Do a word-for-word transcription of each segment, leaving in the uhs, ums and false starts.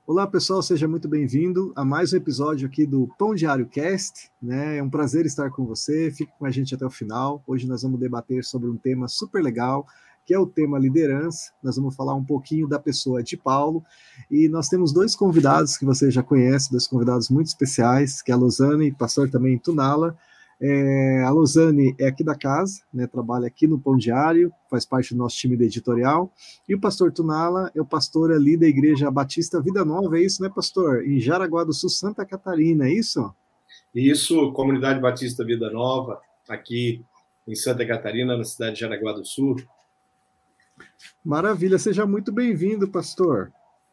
Olá, pessoal, seja muito bem-vindo a mais um episódio aqui do Pão Diário Cast, né? É um prazer estar com você, fique com a gente até o final. Hoje nós vamos debater sobre um tema super legal, que é o tema liderança. Nós vamos falar um pouquinho da pessoa de Paulo, e nós temos dois convidados que você já conhece, dois convidados muito especiais, que é a Losane, pastor também Tunala. É, a Losane é aqui da casa, né, trabalha aqui no Pão Diário, faz parte do nosso time de editorial, e o pastor Tunala é o pastor ali da Igreja Batista Vida Nova, é isso, né, pastor? Em Jaraguá do Sul, Santa Catarina, é isso? Isso, Comunidade Batista Vida Nova, aqui em Santa Catarina, na cidade de Jaraguá do Sul. Maravilha, seja muito bem-vindo, pastor.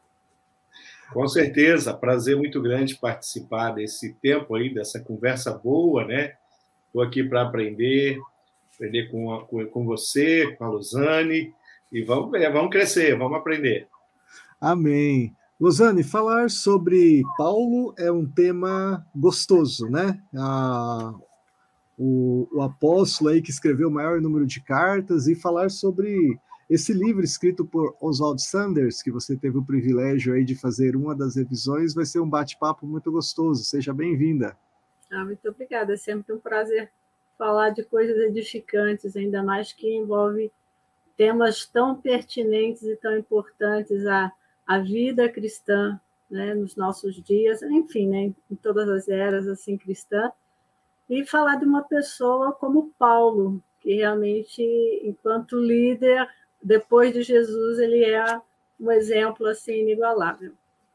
Com certeza, prazer muito grande participar desse tempo aí, dessa conversa boa, né? Estou aqui para aprender, aprender com, a, com, com você, com a Losane, e vamos ver, vamos crescer, vamos aprender. Amém. Losane, falar sobre Paulo é um tema gostoso, né? Ah, o, o apóstolo aí que escreveu o maior número de cartas, e falar sobre esse livro escrito por Oswald Sanders, que você teve o privilégio aí de fazer uma das revisões, vai ser um bate-papo muito gostoso. Seja bem-vinda. Ah, muito obrigada. É sempre um prazer falar de coisas edificantes, ainda mais que envolve temas tão pertinentes e tão importantes à, à vida cristã, né, nos nossos dias, enfim, né, em todas as eras assim cristã, e falar de uma pessoa como Paulo, que realmente, enquanto líder, depois de Jesus, ele é um exemplo assim inigualável.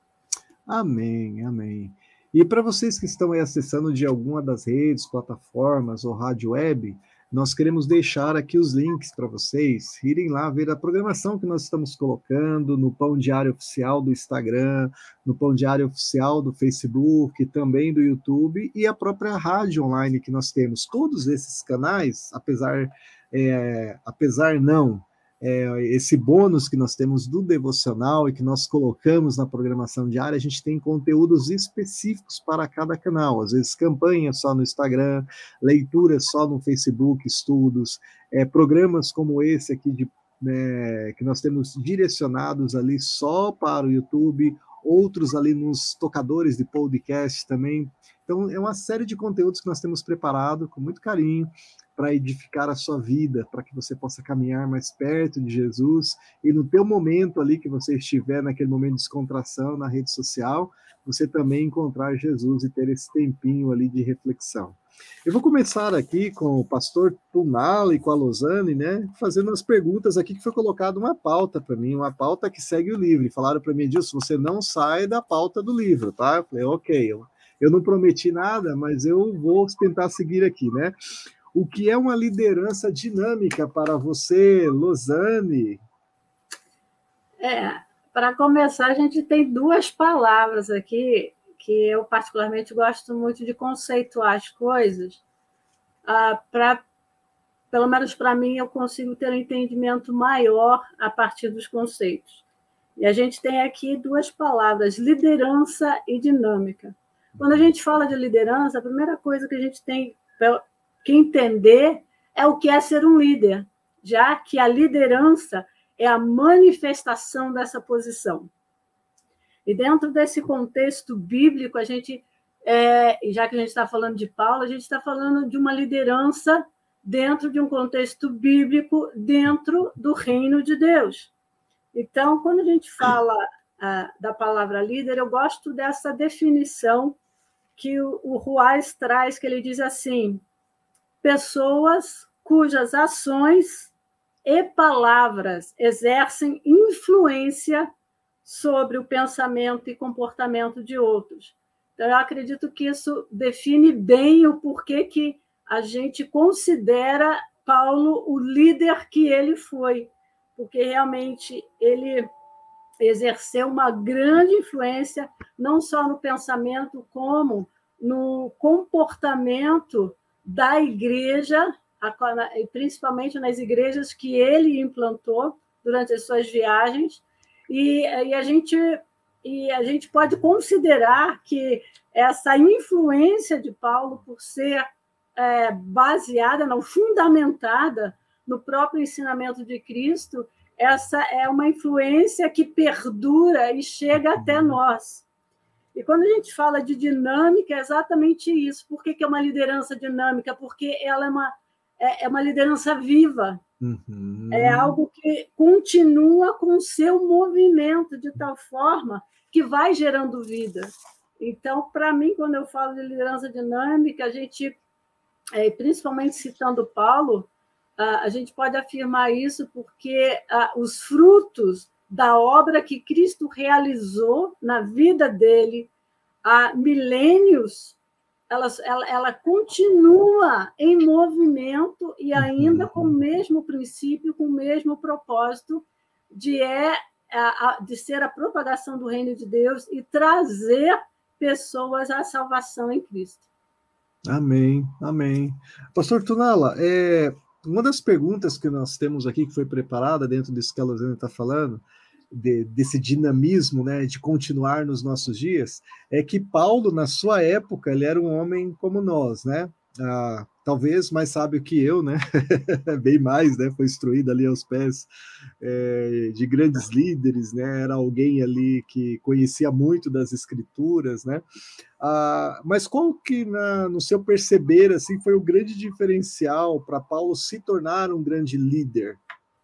Amém, amém. E para vocês que estão aí acessando de alguma das redes, plataformas ou rádio web, nós queremos deixar aqui os links para vocês irem lá ver a programação que nós estamos colocando no Pão Diário Oficial do Instagram, no Pão Diário Oficial do Facebook, também do YouTube, e a própria rádio online que nós temos. Todos esses canais, apesar, é, apesar não, É, esse bônus que nós temos do devocional e que nós colocamos na programação diária, a gente tem conteúdos específicos para cada canal, às vezes campanhas só no Instagram, leituras só no Facebook, estudos, é, programas como esse aqui de, né, que nós temos direcionados ali só para o YouTube, outros ali nos tocadores de podcast também. Então, é uma série de conteúdos que nós temos preparado com muito carinho para edificar a sua vida, para que você possa caminhar mais perto de Jesus, e no teu momento ali que você estiver, naquele momento de descontração na rede social, você também encontrar Jesus e ter esse tempinho ali de reflexão. Eu vou começar aqui com o pastor Tunala e com a Losane, né, fazendo as perguntas aqui que foi colocada uma pauta para mim, uma pauta que segue o livro. E falaram para mim, Dilson, você não sai da pauta do livro, tá? Eu falei, ok, eu, eu não prometi nada, mas eu vou tentar seguir aqui, né? O que é uma liderança dinâmica para você, Losane? É, para começar, a gente tem duas palavras aqui que eu particularmente gosto muito de conceituar as coisas. Ah, para, pelo menos para mim, eu consigo ter um entendimento maior a partir dos conceitos. E a gente tem aqui duas palavras, liderança e dinâmica. Quando a gente fala de liderança, a primeira coisa que a gente tem que entender é o que é ser um líder, já que a liderança é a manifestação dessa posição. E dentro desse contexto bíblico, a gente, é, já que a gente está falando de Paulo, a gente está falando de uma liderança dentro de um contexto bíblico, dentro do reino de Deus. Então, quando a gente fala ah, da palavra líder, eu gosto dessa definição que o, o Ruais traz, que ele diz assim: pessoas cujas ações e palavras exercem influência sobre o pensamento e comportamento de outros. Então, eu acredito que isso define bem o porquê que a gente considera Paulo o líder que ele foi, porque realmente ele exerceu uma grande influência, não só no pensamento, como no comportamento da igreja, principalmente nas igrejas que ele implantou durante as suas viagens, e, e, a, gente, e a gente pode considerar que essa influência de Paulo, por ser é, baseada, não, fundamentada no próprio ensinamento de Cristo, essa é uma influência que perdura e chega até nós. E quando a gente fala de dinâmica, é exatamente isso. Por que, que é uma liderança dinâmica? Porque ela é uma, é, é uma liderança viva. Uhum. É algo que continua com o seu movimento de tal forma que vai gerando vida. Então, para mim, quando eu falo de liderança dinâmica, a gente, é, principalmente citando Paulo, a gente pode afirmar isso porque os frutos da obra que Cristo realizou na vida dele há milênios, ela, ela, ela continua em movimento e ainda com o mesmo princípio, com o mesmo propósito de, é, de ser a propagação do reino de Deus e trazer pessoas à salvação em Cristo. Amém, amém. Pastor Tunala, é, uma das perguntas que nós temos aqui, que foi preparada dentro disso que a Luzena está falando, de, desse dinamismo, né, de continuar nos nossos dias, é que Paulo, na sua época, ele era um homem como nós, né? Ah, talvez mais sábio que eu, né? Bem mais, né? Foi instruído ali aos pés é, de grandes líderes, né? Era alguém ali que conhecia muito das escrituras, né? Ah, mas qual que, na, no seu perceber, assim, foi o grande diferencial para Paulo se tornar um grande líder?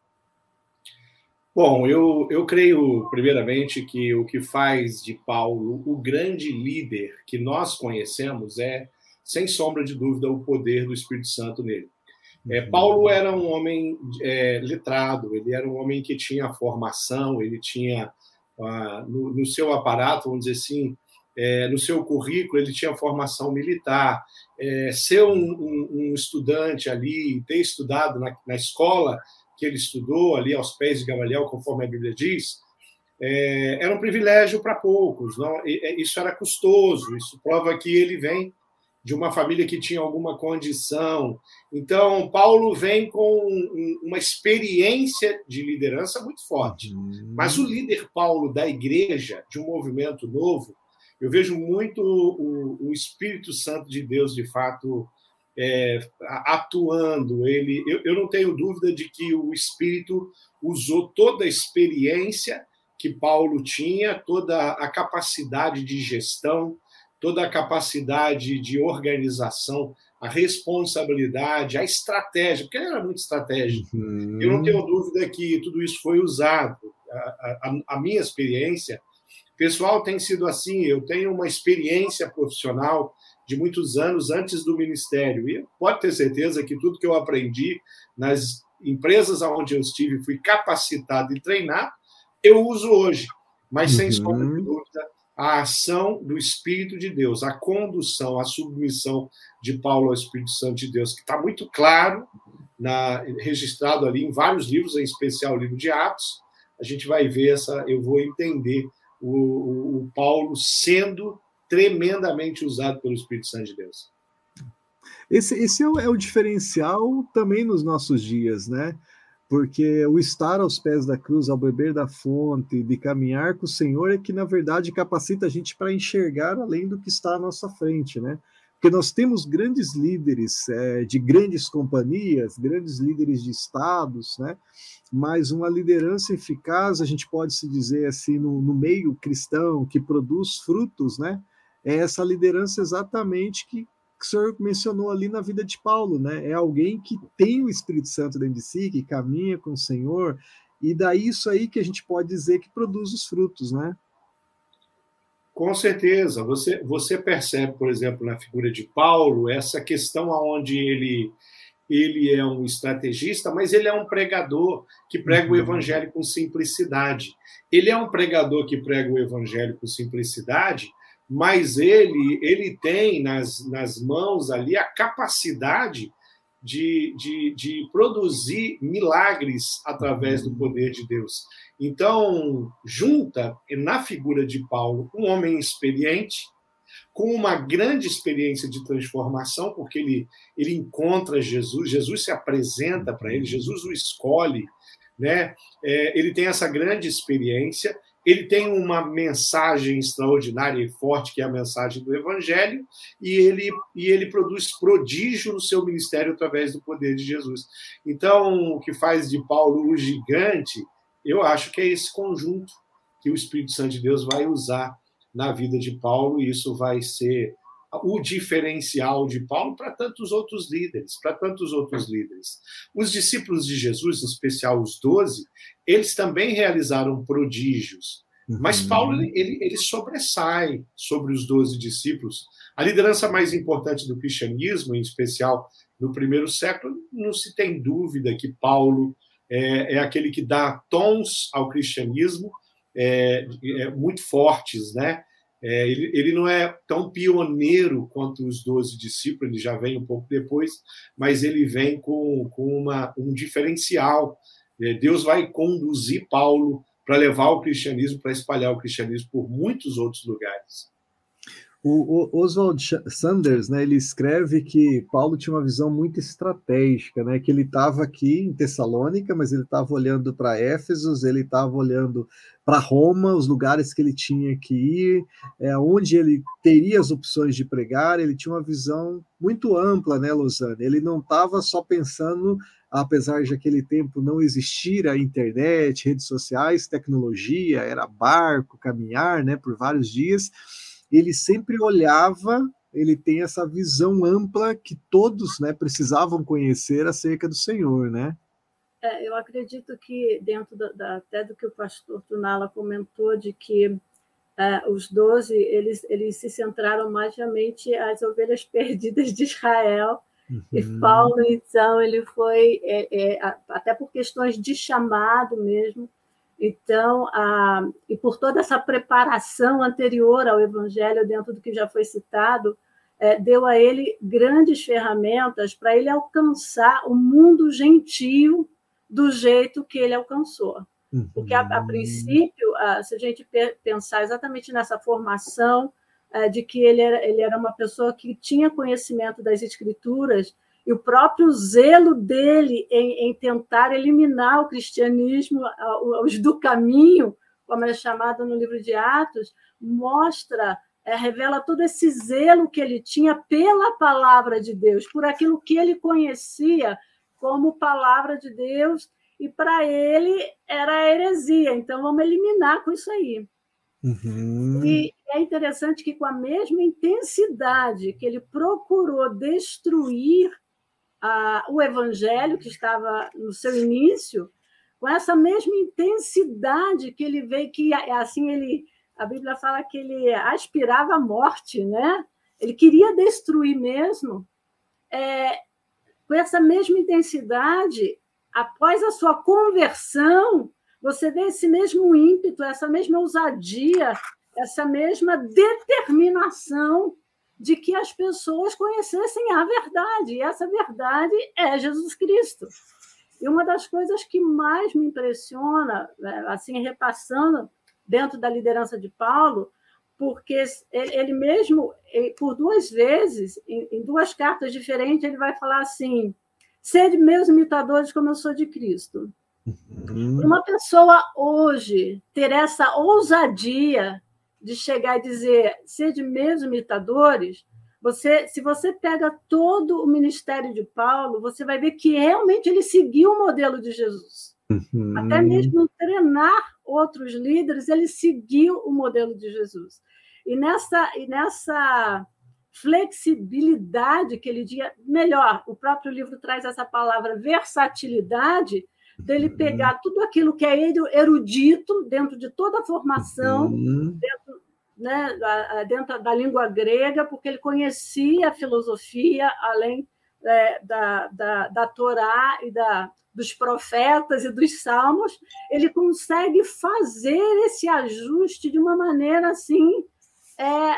Bom, eu, eu creio, primeiramente, que o que faz de Paulo o grande líder que nós conhecemos é, sem sombra de dúvida, o poder do Espírito Santo nele. É, Paulo era um homem é, letrado, ele era um homem que tinha formação, ele tinha, ah, no, no seu aparato, vamos dizer assim, é, no seu currículo, ele tinha formação militar. É, ser um, um, um estudante ali, ter estudado na, na escola que ele estudou, ali aos pés de Gamaliel, conforme a Bíblia diz, é, era um privilégio para poucos. Não? E, isso era custoso, isso prova que ele vem de uma família que tinha alguma condição. Então, Paulo vem com uma experiência de liderança muito forte. Mas o líder Paulo da igreja, de um movimento novo, eu vejo muito o, o Espírito Santo de Deus, de fato, é, atuando. Ele, eu, eu não tenho dúvida de que o Espírito usou toda a experiência que Paulo tinha, toda a capacidade de gestão, toda a capacidade de organização, a responsabilidade, a estratégia, porque ele era muito estratégico. Uhum. Eu não tenho dúvida que tudo isso foi usado. A, a, a minha experiência pessoal tem sido assim. Eu tenho uma experiência profissional de muitos anos antes do ministério, e pode ter certeza que tudo que eu aprendi nas empresas onde eu estive, fui capacitado e treinado, eu uso hoje, mas uhum. sem sombra de dúvida, a ação do Espírito de Deus, a condução, a submissão de Paulo ao Espírito Santo de Deus, que está muito claro, na, registrado ali em vários livros, em especial o livro de Atos. A gente vai ver essa, eu vou entender o, o, o Paulo sendo tremendamente usado pelo Espírito Santo de Deus. Esse, esse é, o, é o diferencial também nos nossos dias, né? Porque o estar aos pés da cruz, ao beber da fonte, de caminhar com o Senhor, é que, na verdade, capacita a gente para enxergar além do que está à nossa frente, né? Porque nós temos grandes líderes é, de grandes companhias, grandes líderes de estados, né? Mas uma liderança eficaz, a gente pode se dizer assim, no, no meio cristão, que produz frutos, né? É essa liderança exatamente que que o senhor mencionou ali na vida de Paulo, né? É alguém que tem o Espírito Santo dentro de si, que caminha com o Senhor, e daí isso aí que a gente pode dizer que produz os frutos, né? Com certeza. Você, você percebe, por exemplo, na figura de Paulo, essa questão onde ele, ele é um estrategista, mas ele é um pregador que prega uhum. o evangelho com simplicidade. Ele é um pregador que prega o evangelho com simplicidade, mas ele, ele tem nas, nas mãos ali a capacidade de, de, de produzir milagres através do poder de Deus. Então, junta na figura de Paulo um homem experiente, com uma grande experiência de transformação, porque ele, ele encontra Jesus, Jesus se apresenta para ele, Jesus o escolhe, né? É, ele tem essa grande experiência. Ele tem uma mensagem extraordinária e forte, que é a mensagem do Evangelho, e ele, e ele produz prodígio no seu ministério através do poder de Jesus. Então, o que faz de Paulo o gigante eu acho que é esse conjunto que o Espírito Santo de Deus vai usar na vida de Paulo, e isso vai ser o diferencial de Paulo para tantos outros líderes, para tantos outros líderes. Os discípulos de Jesus, em especial os doze, eles também realizaram prodígios, mas Paulo ele, ele sobressai sobre os doze discípulos. A liderança mais importante do cristianismo, em especial no primeiro século, não se tem dúvida que Paulo é, é aquele que dá tons ao cristianismo é, é, muito fortes, né? É, ele, ele não é tão pioneiro quanto os doze discípulos, ele já vem um pouco depois, mas ele vem com, com uma, um diferencial. É, Deus vai conduzir Paulo para levar o cristianismo, para espalhar o cristianismo por muitos outros lugares. O, o Oswald Sanders, né, ele escreve que Paulo tinha uma visão muito estratégica, né, que ele estava aqui em Tessalônica, mas ele estava olhando para Éfeso, ele estava olhando para Roma, os lugares que ele tinha que ir, é, onde ele teria as opções de pregar. Ele tinha uma visão muito ampla, né, Lausanne? Ele não estava só pensando, apesar de aquele tempo não existir a internet, redes sociais, tecnologia, era barco, caminhar, né, por vários dias. Ele sempre olhava, ele tem essa visão ampla que todos, né, precisavam conhecer acerca do Senhor, né? É, eu acredito que, dentro da, da, até do que o pastor Tunala comentou, de que é, os doze, eles, eles se centraram mais realmente as ovelhas perdidas de Israel, uhum. E Paulo, então, ele foi, é, é, até por questões de chamado mesmo, então, a, e por toda essa preparação anterior ao Evangelho, dentro do que já foi citado, é, deu a ele grandes ferramentas para ele alcançar o mundo gentio do jeito que ele alcançou. Uhum. Porque, a, a princípio, a, se a gente pensar exatamente nessa formação, é, de que ele era, ele era uma pessoa que tinha conhecimento das Escrituras, e o próprio zelo dele em, em tentar eliminar o cristianismo, os do caminho, como é chamado no livro de Atos, mostra, é, revela todo esse zelo que ele tinha pela palavra de Deus, por aquilo que ele conhecia como palavra de Deus, e para ele era heresia. Então, vamos eliminar com isso aí. Uhum. E é interessante que, com a mesma intensidade que ele procurou destruir ah, o evangelho que estava no seu início, com essa mesma intensidade que ele veio, que assim ele, a Bíblia fala que ele aspirava a morte, né? Ele queria destruir mesmo. É, com essa mesma intensidade, após a sua conversão, você vê esse mesmo ímpeto, essa mesma ousadia, essa mesma determinação de que as pessoas conhecessem a verdade, e essa verdade é Jesus Cristo. E uma das coisas que mais me impressiona, assim, repassando dentro da liderança de Paulo, porque ele mesmo, por duas vezes, em duas cartas diferentes, ele vai falar assim: sede meus imitadores como eu sou de Cristo. Uhum. Uma pessoa hoje ter essa ousadia de chegar e dizer, sede meus imitadores, você, se você pega todo o ministério de Paulo, você vai ver que realmente ele seguiu o modelo de Jesus. Uhum. Até mesmo treinar outros líderes, ele seguiu o modelo de Jesus. E nessa, e nessa flexibilidade que ele tinha, melhor, o próprio livro traz essa palavra versatilidade, dele pegar tudo aquilo que é erudito dentro de toda a formação, uhum. dentro, né, dentro da língua grega, porque ele conhecia a filosofia, além é, da, da, da Torá e da, dos profetas e dos salmos, ele consegue fazer esse ajuste de uma maneira assim, é,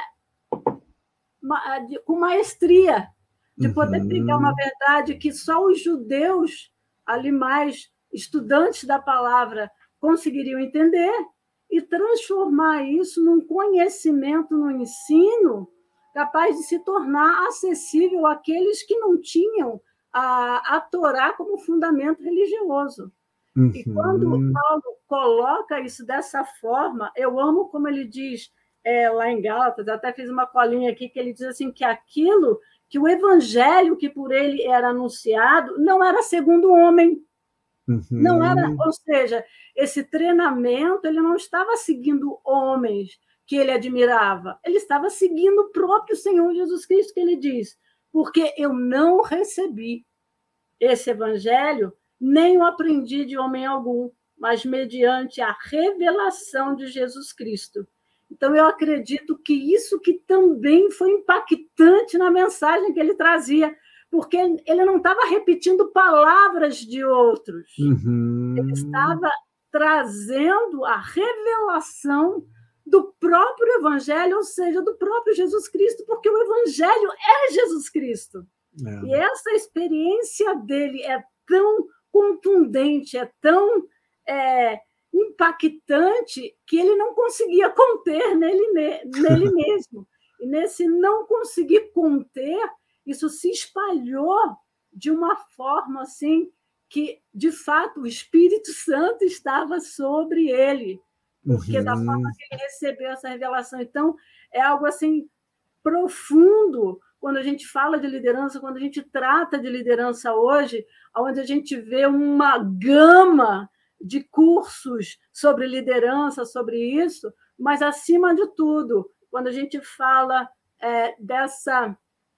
com maestria, de poder uhum. pegar uma verdade que só os judeus ali mais estudantes da palavra conseguiriam entender e transformar isso num conhecimento, num ensino capaz de se tornar acessível àqueles que não tinham a, a Torá como fundamento religioso. Uhum. E quando Paulo coloca isso dessa forma, eu amo como ele diz é, lá em Gálatas, até fiz uma colinha aqui, que ele diz assim, que aquilo, que o evangelho que por ele era anunciado, não era segundo o homem, Uhum. Não era, ou seja, esse treinamento ele não estava seguindo homens que ele admirava, ele estava seguindo o próprio Senhor Jesus Cristo, que ele diz, porque eu não recebi esse evangelho, nem o aprendi de homem algum, mas mediante a revelação de Jesus Cristo. Então, eu acredito que isso que também foi impactante na mensagem que ele trazia, porque ele não estava repetindo palavras de outros, uhum. Ele estava trazendo a revelação do próprio Evangelho, ou seja, do próprio Jesus Cristo, porque o Evangelho é Jesus Cristo. É. E essa experiência dele é tão contundente, é tão é, impactante, que ele não conseguia conter nele, nele mesmo. E nesse não conseguir conter, isso se espalhou de uma forma assim que, de fato, o Espírito Santo estava sobre ele, porque uhum. da forma que ele recebeu essa revelação. Então, é algo assim profundo quando a gente fala de liderança, quando a gente trata de liderança hoje, onde a gente vê uma gama de cursos sobre liderança, sobre isso, mas, acima de tudo, quando a gente fala é, dessa,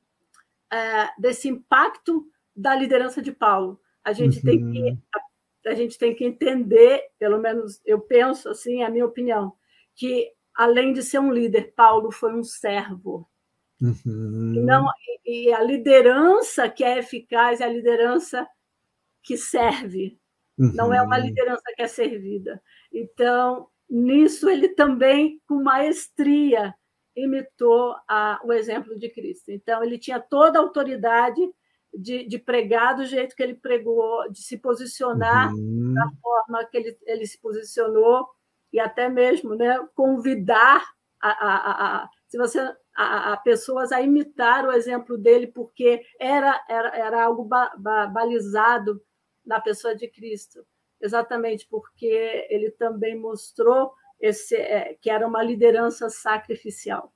é, desse impacto da liderança de Paulo, a gente, uhum. tem que, a, a gente tem que entender, pelo menos eu penso assim, é a minha opinião, que, além de ser um líder, Paulo foi um servo. Uhum. E, não, e a liderança que é eficaz é a liderança que serve, uhum. não é uma liderança que é servida. Então, nisso, ele também, com maestria, imitou a, o exemplo de Cristo. Então, ele tinha toda a autoridade de, de pregar do jeito que ele pregou, de se posicionar uhum. da forma que ele, ele se posicionou, e até mesmo, né, convidar a, a, a, se você, a, a pessoas a imitar o exemplo dele, porque era, era, era algo ba, ba, balizado na pessoa de Cristo, exatamente porque ele também mostrou esse, é, que era uma liderança sacrificial.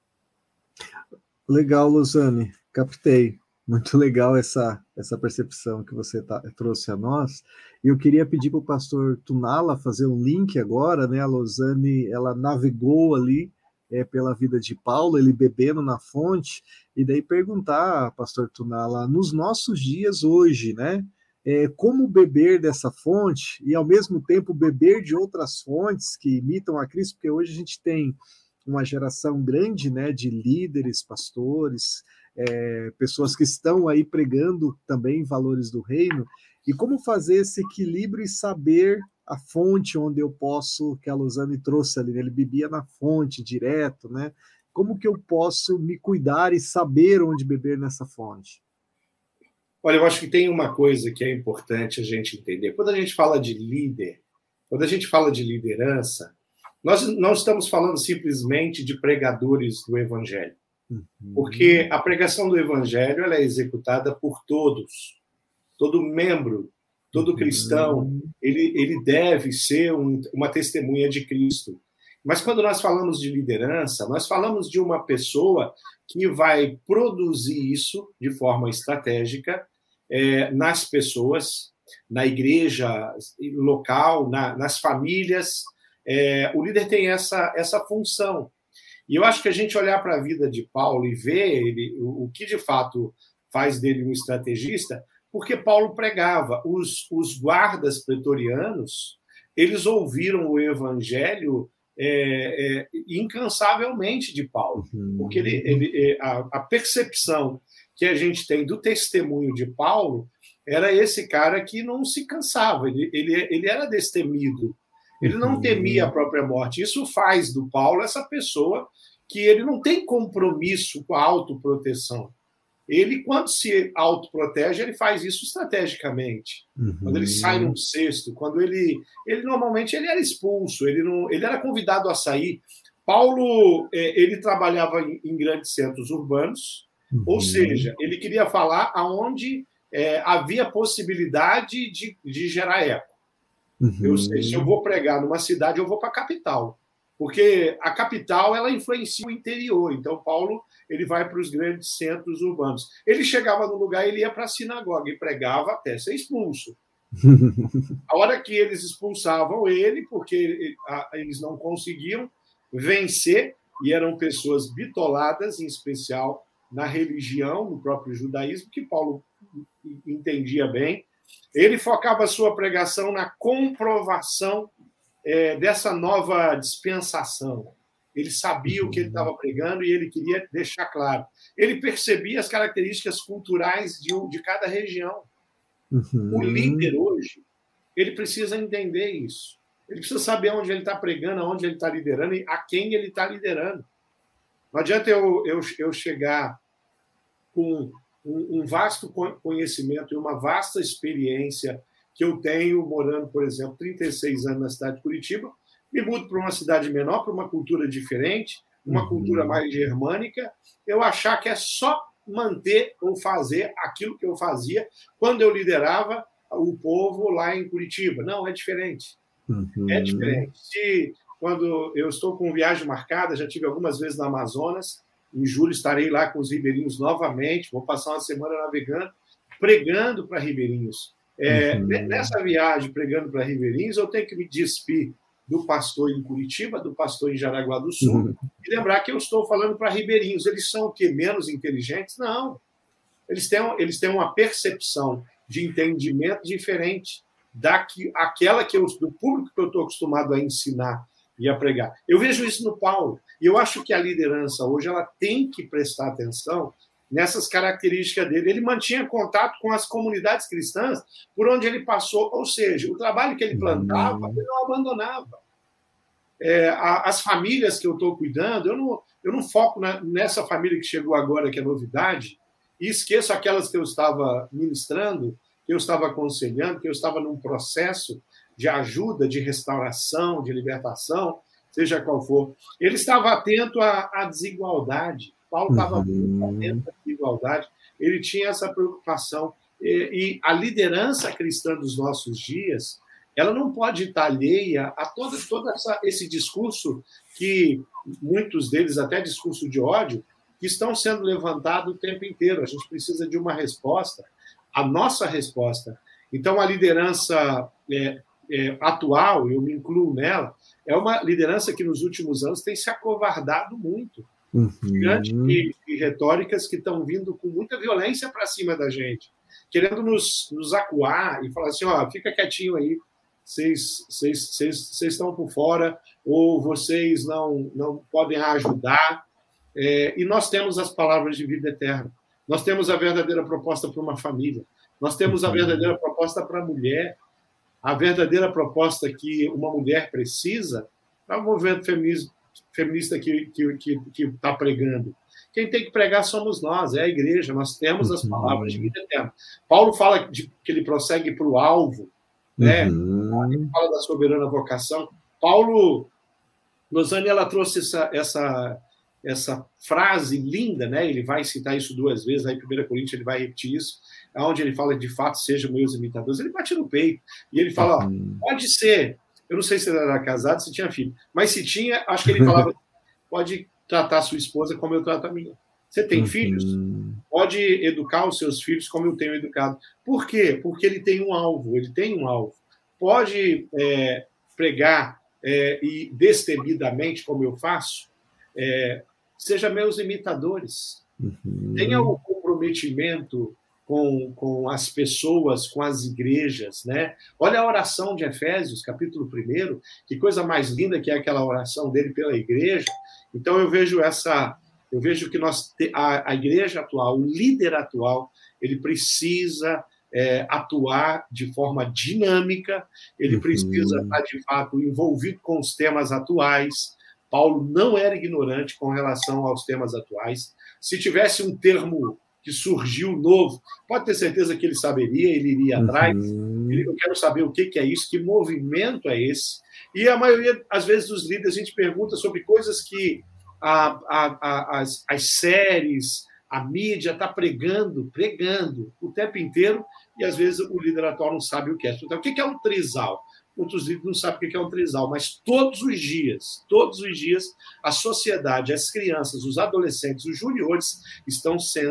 Legal, Luzane, captei. Muito legal essa, essa percepção que você tá, trouxe a nós. E eu queria pedir para o pastor Tunala fazer um link agora, né? A Luzane, ela navegou ali é, pela vida de Paulo, ele bebendo na fonte, e daí perguntar, pastor Tunala, nos nossos dias hoje, né? É, como beber dessa fonte e, ao mesmo tempo, beber de outras fontes que imitam a Cristo, porque hoje a gente tem uma geração grande, né, de líderes, pastores, é, pessoas que estão aí pregando também valores do reino, e como fazer esse equilíbrio e saber a fonte onde eu posso, que a Luzane trouxe ali, né, ele bebia na fonte direto, né? Como que eu posso me cuidar e saber onde beber nessa fonte? Olha, eu acho que tem uma coisa que é importante a gente entender. Quando a gente fala de líder, quando a gente fala de liderança, nós não estamos falando simplesmente de pregadores do Evangelho, uhum. porque a pregação do Evangelho ela é executada por todos. Todo membro, todo cristão, uhum. ele, ele deve ser um, uma testemunha de Cristo. Mas quando nós falamos de liderança, nós falamos de uma pessoa que vai produzir isso de forma estratégica é, nas pessoas, na igreja local, na, nas famílias. É, o líder tem essa, essa função. E eu acho que a gente olhar para a vida de Paulo e ver ele, o, o que de fato faz dele um estrategista, porque Paulo pregava. Os, os guardas pretorianos, eles ouviram o evangelho é, é, incansavelmente de Paulo, uhum. porque ele, ele, a, a percepção que a gente tem do testemunho de Paulo era esse cara que não se cansava, ele, ele, ele era destemido. Ele não temia a própria morte. Isso faz do Paulo essa pessoa que ele não tem compromisso com a autoproteção. Ele, quando se autoprotege, ele faz isso estrategicamente. Uhum. Quando ele sai num cesto, quando ele... ele normalmente ele era expulso, ele, não, ele era convidado a sair. Paulo, ele trabalhava em grandes centros urbanos, uhum. ou seja, ele queria falar aonde é, havia possibilidade de, de gerar eco. Uhum. Eu sei, se eu vou pregar numa cidade, eu vou para a capital, porque a capital ela influencia o interior. Então, Paulo ele vai para os grandes centros urbanos. Ele chegava no lugar, ele ia para a sinagoga e pregava até ser expulso. A hora que eles expulsavam ele, porque eles não conseguiam vencer, e eram pessoas bitoladas, em especial na religião, no próprio judaísmo, que Paulo entendia bem, ele focava a sua pregação na comprovação é, dessa nova dispensação. Ele sabia o que ele estava pregando e ele queria deixar claro. Ele percebia as características culturais de, de cada região. Uhum. O líder hoje, ele precisa entender isso. Ele precisa saber onde ele está pregando, onde ele está liderando e a quem ele está liderando. Não adianta eu, eu, eu chegar com um, um vasto conhecimento e uma vasta experiência que eu tenho morando, por exemplo, trinta e seis anos na cidade de Curitiba, me mudo para uma cidade menor, para uma cultura diferente, uma uhum. cultura mais germânica, eu achar que é só manter ou fazer aquilo que eu fazia quando eu liderava o povo lá em Curitiba. Não, é diferente. Uhum. É diferente. Se, quando eu estou com viagem marcada, já tive algumas vezes na Amazonas, em julho estarei lá com os ribeirinhos novamente, vou passar uma semana navegando, pregando para ribeirinhos. É, uhum. Nessa viagem, pregando para ribeirinhos, eu tenho que me despir do pastor em Curitiba, do pastor em Jaraguá do Sul, uhum. e lembrar que eu estou falando para ribeirinhos. Eles são o quê? Menos inteligentes? Não. Eles têm, eles têm uma percepção de entendimento diferente daqui, aquela que eu, do público que eu estou acostumado a ensinar e a pregar. Eu vejo isso no Paulo, e eu acho que a liderança hoje ela tem que prestar atenção nessas características dele. Ele mantinha contato com as comunidades cristãs por onde ele passou, ou seja, o trabalho que ele plantava, ele não abandonava. É, as famílias que eu estou cuidando, eu não, eu não foco na, nessa família que chegou agora, que é novidade, e esqueço aquelas que eu estava ministrando, que eu estava aconselhando, que eu estava num processo de ajuda, de restauração, de libertação, seja qual for. Ele estava atento à, à desigualdade. Paulo estava uhum. muito atento à desigualdade. Ele tinha essa preocupação. E, e a liderança cristã dos nossos dias, ela não pode estar alheia a todo, todo essa, esse discurso que muitos deles, até discurso de ódio, que estão sendo levantados o tempo inteiro. A gente precisa de uma resposta. A nossa resposta. Então, a liderança é, é, atual, eu me incluo nela, é uma liderança que nos últimos anos tem se acovardado muito. Uhum. Diante de, de retóricas que estão vindo com muita violência para cima da gente, querendo nos, nos acuar e falar assim, ó, fica quietinho aí, vocês, vocês, vocês, vocês estão por fora, ou vocês não, não podem ajudar. É, e nós temos as palavras de vida eterna. Nós temos a verdadeira proposta para uma família. Nós temos a verdadeira proposta para a mulher. A verdadeira proposta que uma mulher precisa para o movimento feminista, feminista que está que, que, que pregando. Quem tem que pregar somos nós, é a igreja. Nós temos as palavras de vida eterna. Paulo fala de, que ele prossegue para o alvo, né? Uhum. Ele fala da soberana vocação. Paulo, Rosane, ela trouxe essa... essa essa frase linda, né? Ele vai citar isso duas vezes, aí em primeira Coríntios ele vai repetir isso, onde ele fala de fato, sejam meus imitadores, ele bate no peito, e ele fala, uhum. ó, pode ser, eu não sei se ele era casado, se tinha filho, mas se tinha, acho que ele falava, pode tratar a sua esposa como eu trato a minha. Você tem uhum. filhos? Pode educar os seus filhos como eu tenho educado. Por quê? Porque ele tem um alvo, ele tem um alvo. Pode é, pregar é, e destemidamente, como eu faço, é, seja meus imitadores. Uhum. Tenha o comprometimento com, com as pessoas, com as igrejas, né? Olha a oração de Efésios, capítulo um, que coisa mais linda que é aquela oração dele pela igreja. Então eu vejo essa, eu vejo que nós, a, a igreja atual, o líder atual, ele precisa é, atuar de forma dinâmica, ele uhum. precisa estar, de fato, envolvido com os temas atuais. Paulo não era ignorante com relação aos temas atuais. Se tivesse um termo que surgiu novo, pode ter certeza que ele saberia, ele iria atrás. Uhum. Eu quero saber o que é isso, que movimento é esse. E a maioria, às vezes, dos líderes, a gente pergunta sobre coisas que a, a, a, as, as séries, a mídia está pregando, pregando o tempo inteiro, e às vezes o líder atual não sabe o que é. Então, o que é um trisal? Muitos líderes não sabem o que é um trisal, mas todos os dias, todos os dias, a sociedade, as crianças, os adolescentes, os juniores estão sendo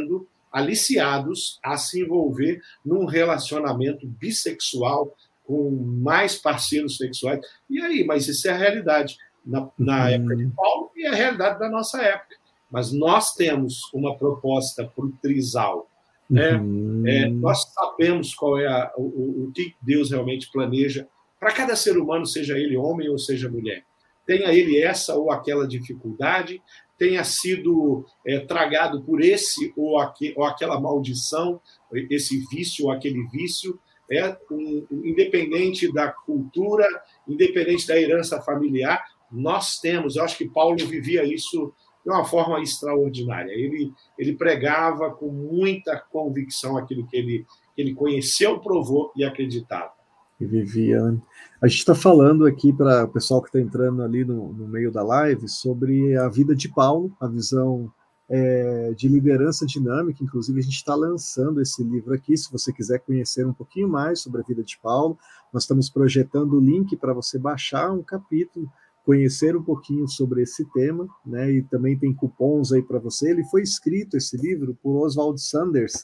aliciados a se envolver num relacionamento bissexual com mais parceiros sexuais. E aí, mas isso é a realidade na, na uhum. época de Paulo e é a realidade da nossa época. Mas nós temos uma proposta para o trisal. Né? Uhum. É, nós sabemos qual é a, o, o que Deus realmente planeja para cada ser humano, seja ele homem ou seja mulher. Tenha ele essa ou aquela dificuldade, tenha sido é, tragado por esse ou, aqui, ou aquela maldição, esse vício ou aquele vício, é, um, independente da cultura, independente da herança familiar, nós temos, eu acho que Paulo vivia isso de uma forma extraordinária. Ele, ele pregava com muita convicção aquilo que ele, que ele conheceu, provou e acreditava. E vivia. A gente está falando aqui para o pessoal que está entrando ali no, no meio da live sobre a vida de Paulo, a visão é, de liderança dinâmica. Inclusive, a gente está lançando esse livro aqui. Se você quiser conhecer um pouquinho mais sobre a vida de Paulo, nós estamos projetando o link para você baixar um capítulo, conhecer um pouquinho sobre esse tema, né? E também tem cupons aí para você. Ele foi escrito, esse livro, por Oswald Sanders,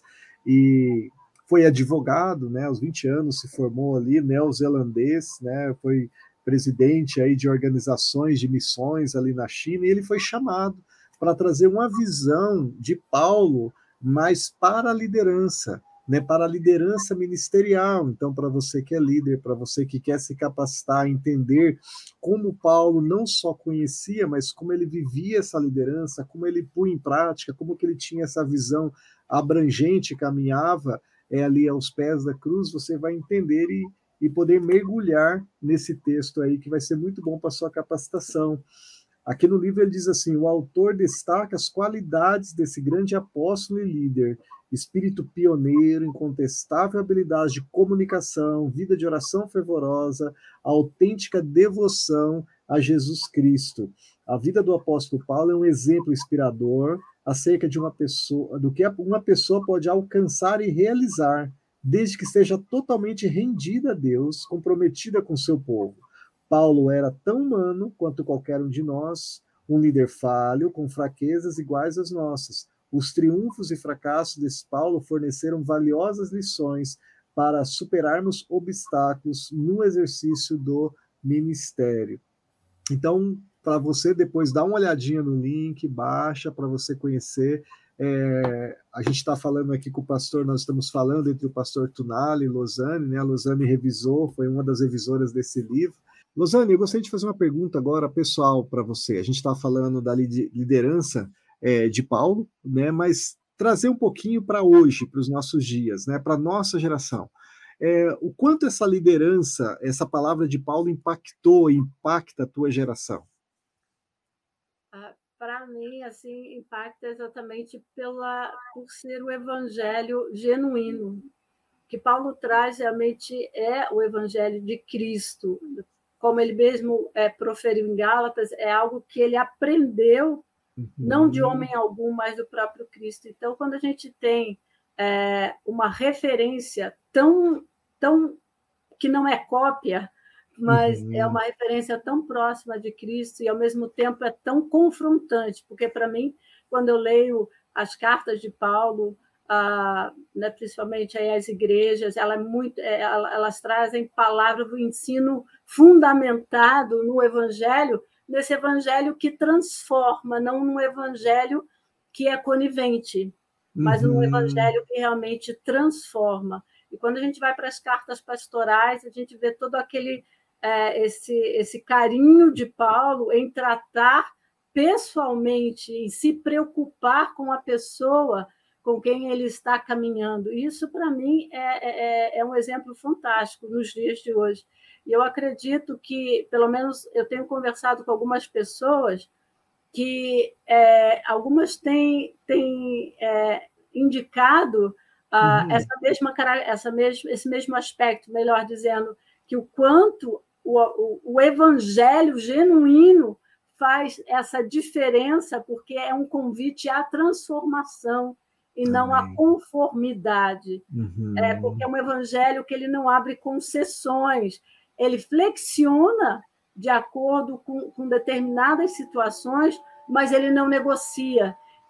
e foi advogado, né, aos vinte anos se formou ali, neozelandês, né, foi presidente aí de organizações de missões ali na China, e ele foi chamado para trazer uma visão de Paulo mais para a liderança, né, para a liderança ministerial. Então, para você que é líder, para você que quer se capacitar, entender como Paulo não só conhecia, mas como ele vivia essa liderança, como ele punha em prática, como que ele tinha essa visão abrangente, caminhava é ali aos pés da cruz, você vai entender e, e poder mergulhar nesse texto aí, que vai ser muito bom para a sua capacitação. Aqui no livro ele diz assim, o autor destaca as qualidades desse grande apóstolo e líder, espírito pioneiro, incontestável habilidade de comunicação, vida de oração fervorosa, autêntica devoção a Jesus Cristo. A vida do apóstolo Paulo é um exemplo inspirador acerca de uma pessoa, do que uma pessoa pode alcançar e realizar, desde que esteja totalmente rendida a Deus, comprometida com seu povo. Paulo era tão humano quanto qualquer um de nós, um líder falho, com fraquezas iguais às nossas. Os triunfos e fracassos desse Paulo forneceram valiosas lições para superarmos obstáculos no exercício do ministério. Então, para você depois dar uma olhadinha no link, baixa para você conhecer. É, a gente está falando aqui com o pastor, nós estamos falando entre o pastor Tunali e Lozane, né? A Lozane revisou, foi uma das revisoras desse livro. Lozane, eu gostaria de fazer uma pergunta agora pessoal para você. A gente está falando da liderança é, de Paulo, né? Mas trazer um pouquinho para hoje, para os nossos dias, né? Para a nossa geração. É, o quanto essa liderança, essa palavra de Paulo impactou, impacta a tua geração? Para mim, assim, impacta exatamente pela, por ser o evangelho genuíno. O que Paulo traz realmente é o evangelho de Cristo. Como ele mesmo é, proferiu em Gálatas, é algo que ele aprendeu, uhum. não de homem algum, mas do próprio Cristo. Então, quando a gente tem é, uma referência tão, tão que não é cópia, mas uhum. é uma referência tão próxima de Cristo e, ao mesmo tempo, é tão confrontante, porque, para mim, quando eu leio as cartas de Paulo, ah, né, principalmente aí as igrejas, ela é muito, elas trazem palavras do ensino fundamentado no Evangelho, nesse Evangelho que transforma, não num Evangelho que é conivente, mas uhum. num Evangelho que realmente transforma. E quando a gente vai para as cartas pastorais, a gente vê todo aquele é, esse, esse carinho de Paulo em tratar pessoalmente, em se preocupar com a pessoa com quem ele está caminhando. Isso, para mim, é, é, é um exemplo fantástico nos dias de hoje. E eu acredito que, pelo menos, eu tenho conversado com algumas pessoas que é, algumas têm, têm é, indicado ah, uhum. essa mesma, essa mesma, esse mesmo aspecto, melhor dizendo, que o quanto o, o, o evangelho genuíno faz essa diferença, porque é um convite à transformação e não à conformidade. Uhum. É, porque é um evangelho que ele não abre concessões, ele flexiona de acordo com, com determinadas situações, mas ele não negocia.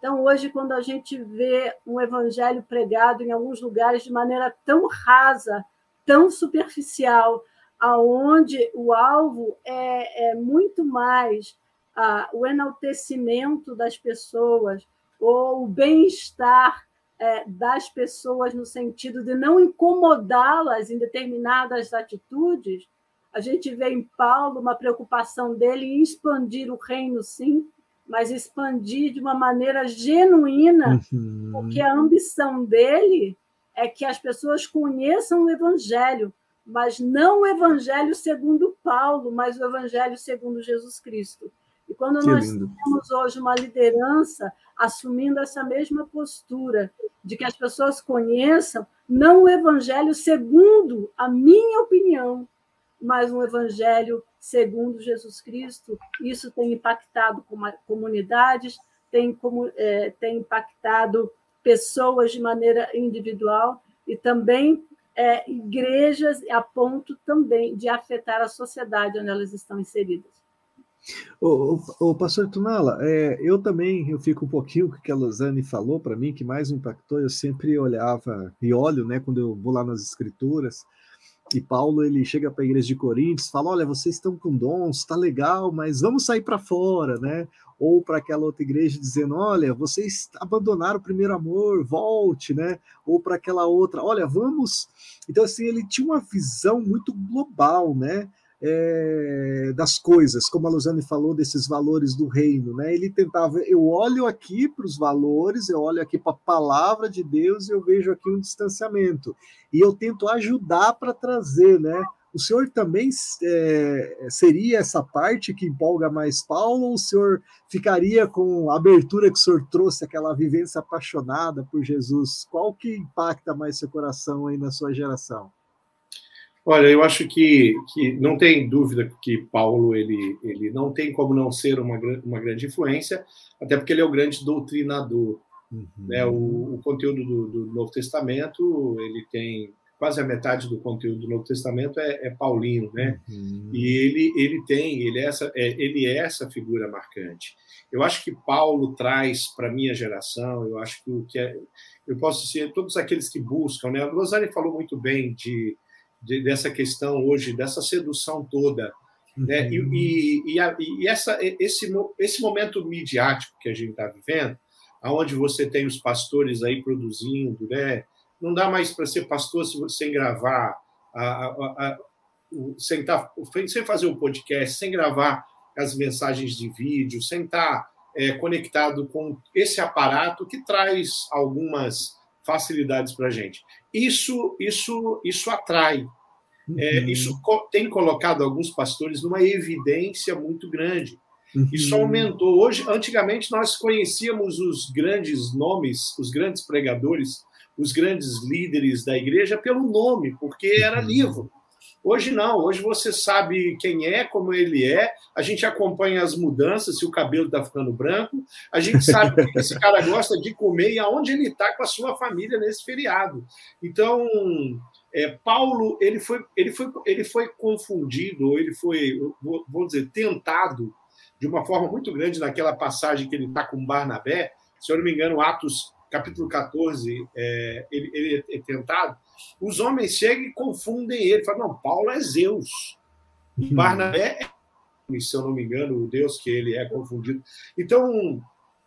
Então, hoje, quando a gente vê um evangelho pregado em alguns lugares de maneira tão rasa, tão superficial, aonde o alvo é, é muito mais ah, o enaltecimento das pessoas ou o bem-estar é, das pessoas no sentido de não incomodá-las em determinadas atitudes, a gente vê em Paulo uma preocupação dele em expandir o reino, sim, mas expandir de uma maneira genuína, uhum. porque a ambição dele é que as pessoas conheçam o evangelho, mas não o evangelho segundo Paulo, mas o evangelho segundo Jesus Cristo. E quando que nós lindo. Temos hoje uma liderança assumindo essa mesma postura de que as pessoas conheçam não o evangelho segundo a minha opinião, mas um evangelho segundo Jesus Cristo, isso tem impactado comunidades, tem, é, tem impactado pessoas de maneira individual e também é, igrejas, a ponto também de afetar a sociedade onde elas estão inseridas. Ô, ô, ô, pastor Tunala, é, eu também eu fico um pouquinho com o que a Lozane falou para mim, que mais me impactou, eu sempre olhava e olho, né, quando eu vou lá nas escrituras, e Paulo ele chega para a igreja de Coríntios, fala, olha, vocês estão com dons, está legal, mas vamos sair para fora, né? Ou para aquela outra igreja dizendo, olha, vocês abandonaram o primeiro amor, volte, né? Ou para aquela outra, olha, vamos... Então, assim, ele tinha uma visão muito global, né? É, das coisas, como a Luzane falou, desses valores do reino, né? Ele tentava, eu olho aqui para os valores, eu olho aqui para a palavra de Deus e eu vejo aqui um distanciamento. E eu tento ajudar para trazer, né? O senhor também é, seria essa parte que empolga mais Paulo, ou o senhor ficaria com a abertura que o senhor trouxe, aquela vivência apaixonada por Jesus? Qual que impacta mais seu coração aí na sua geração? Olha, eu acho que, que não tem dúvida que Paulo ele, ele não tem como não ser uma, uma grande influência, até porque ele é o grande doutrinador. Uhum. Né? O, o conteúdo do, do Novo Testamento, ele tem quase a metade do conteúdo do Novo Testamento é, é paulino, né? Uhum. E ele, ele tem, ele é, essa, é, ele é essa figura marcante. Eu acho que Paulo traz para a minha geração, eu acho que o que é, eu posso dizer, todos aqueles que buscam, né? A Rosane falou muito bem de De, dessa questão hoje, dessa sedução toda. Uhum. Né? E, e, e, a, e essa, esse, esse momento midiático que a gente está vivendo, onde você tem os pastores aí produzindo, né? Não dá mais para ser pastor sem gravar, a, a, a, sem, tá, sem fazer o podcast, sem gravar as mensagens de vídeo, sem estar é, conectado com esse aparato que traz algumas facilidades para a gente. Isso, isso, isso atrai. Uhum. É, isso co- tem colocado alguns pastores numa evidência muito grande. Uhum. Isso aumentou. Hoje, antigamente, nós conhecíamos os grandes nomes, os grandes pregadores, os grandes líderes da igreja pelo nome, porque era uhum. livro. Hoje não, hoje você sabe quem é, como ele é, a gente acompanha as mudanças, se o cabelo está ficando branco, a gente sabe o que esse cara gosta de comer e aonde ele está com a sua família nesse feriado. Então, é, Paulo, ele foi, ele, foi, ele foi confundido, ou ele foi, vou dizer, tentado de uma forma muito grande naquela passagem que ele está com Barnabé, se eu não me engano, Atos capítulo catorze, é, ele, ele é tentado, os homens chegam e confundem ele, falam, não, Paulo é Zeus, uhum. Barnabé é, se eu não me engano, o Deus que ele é confundido. Então,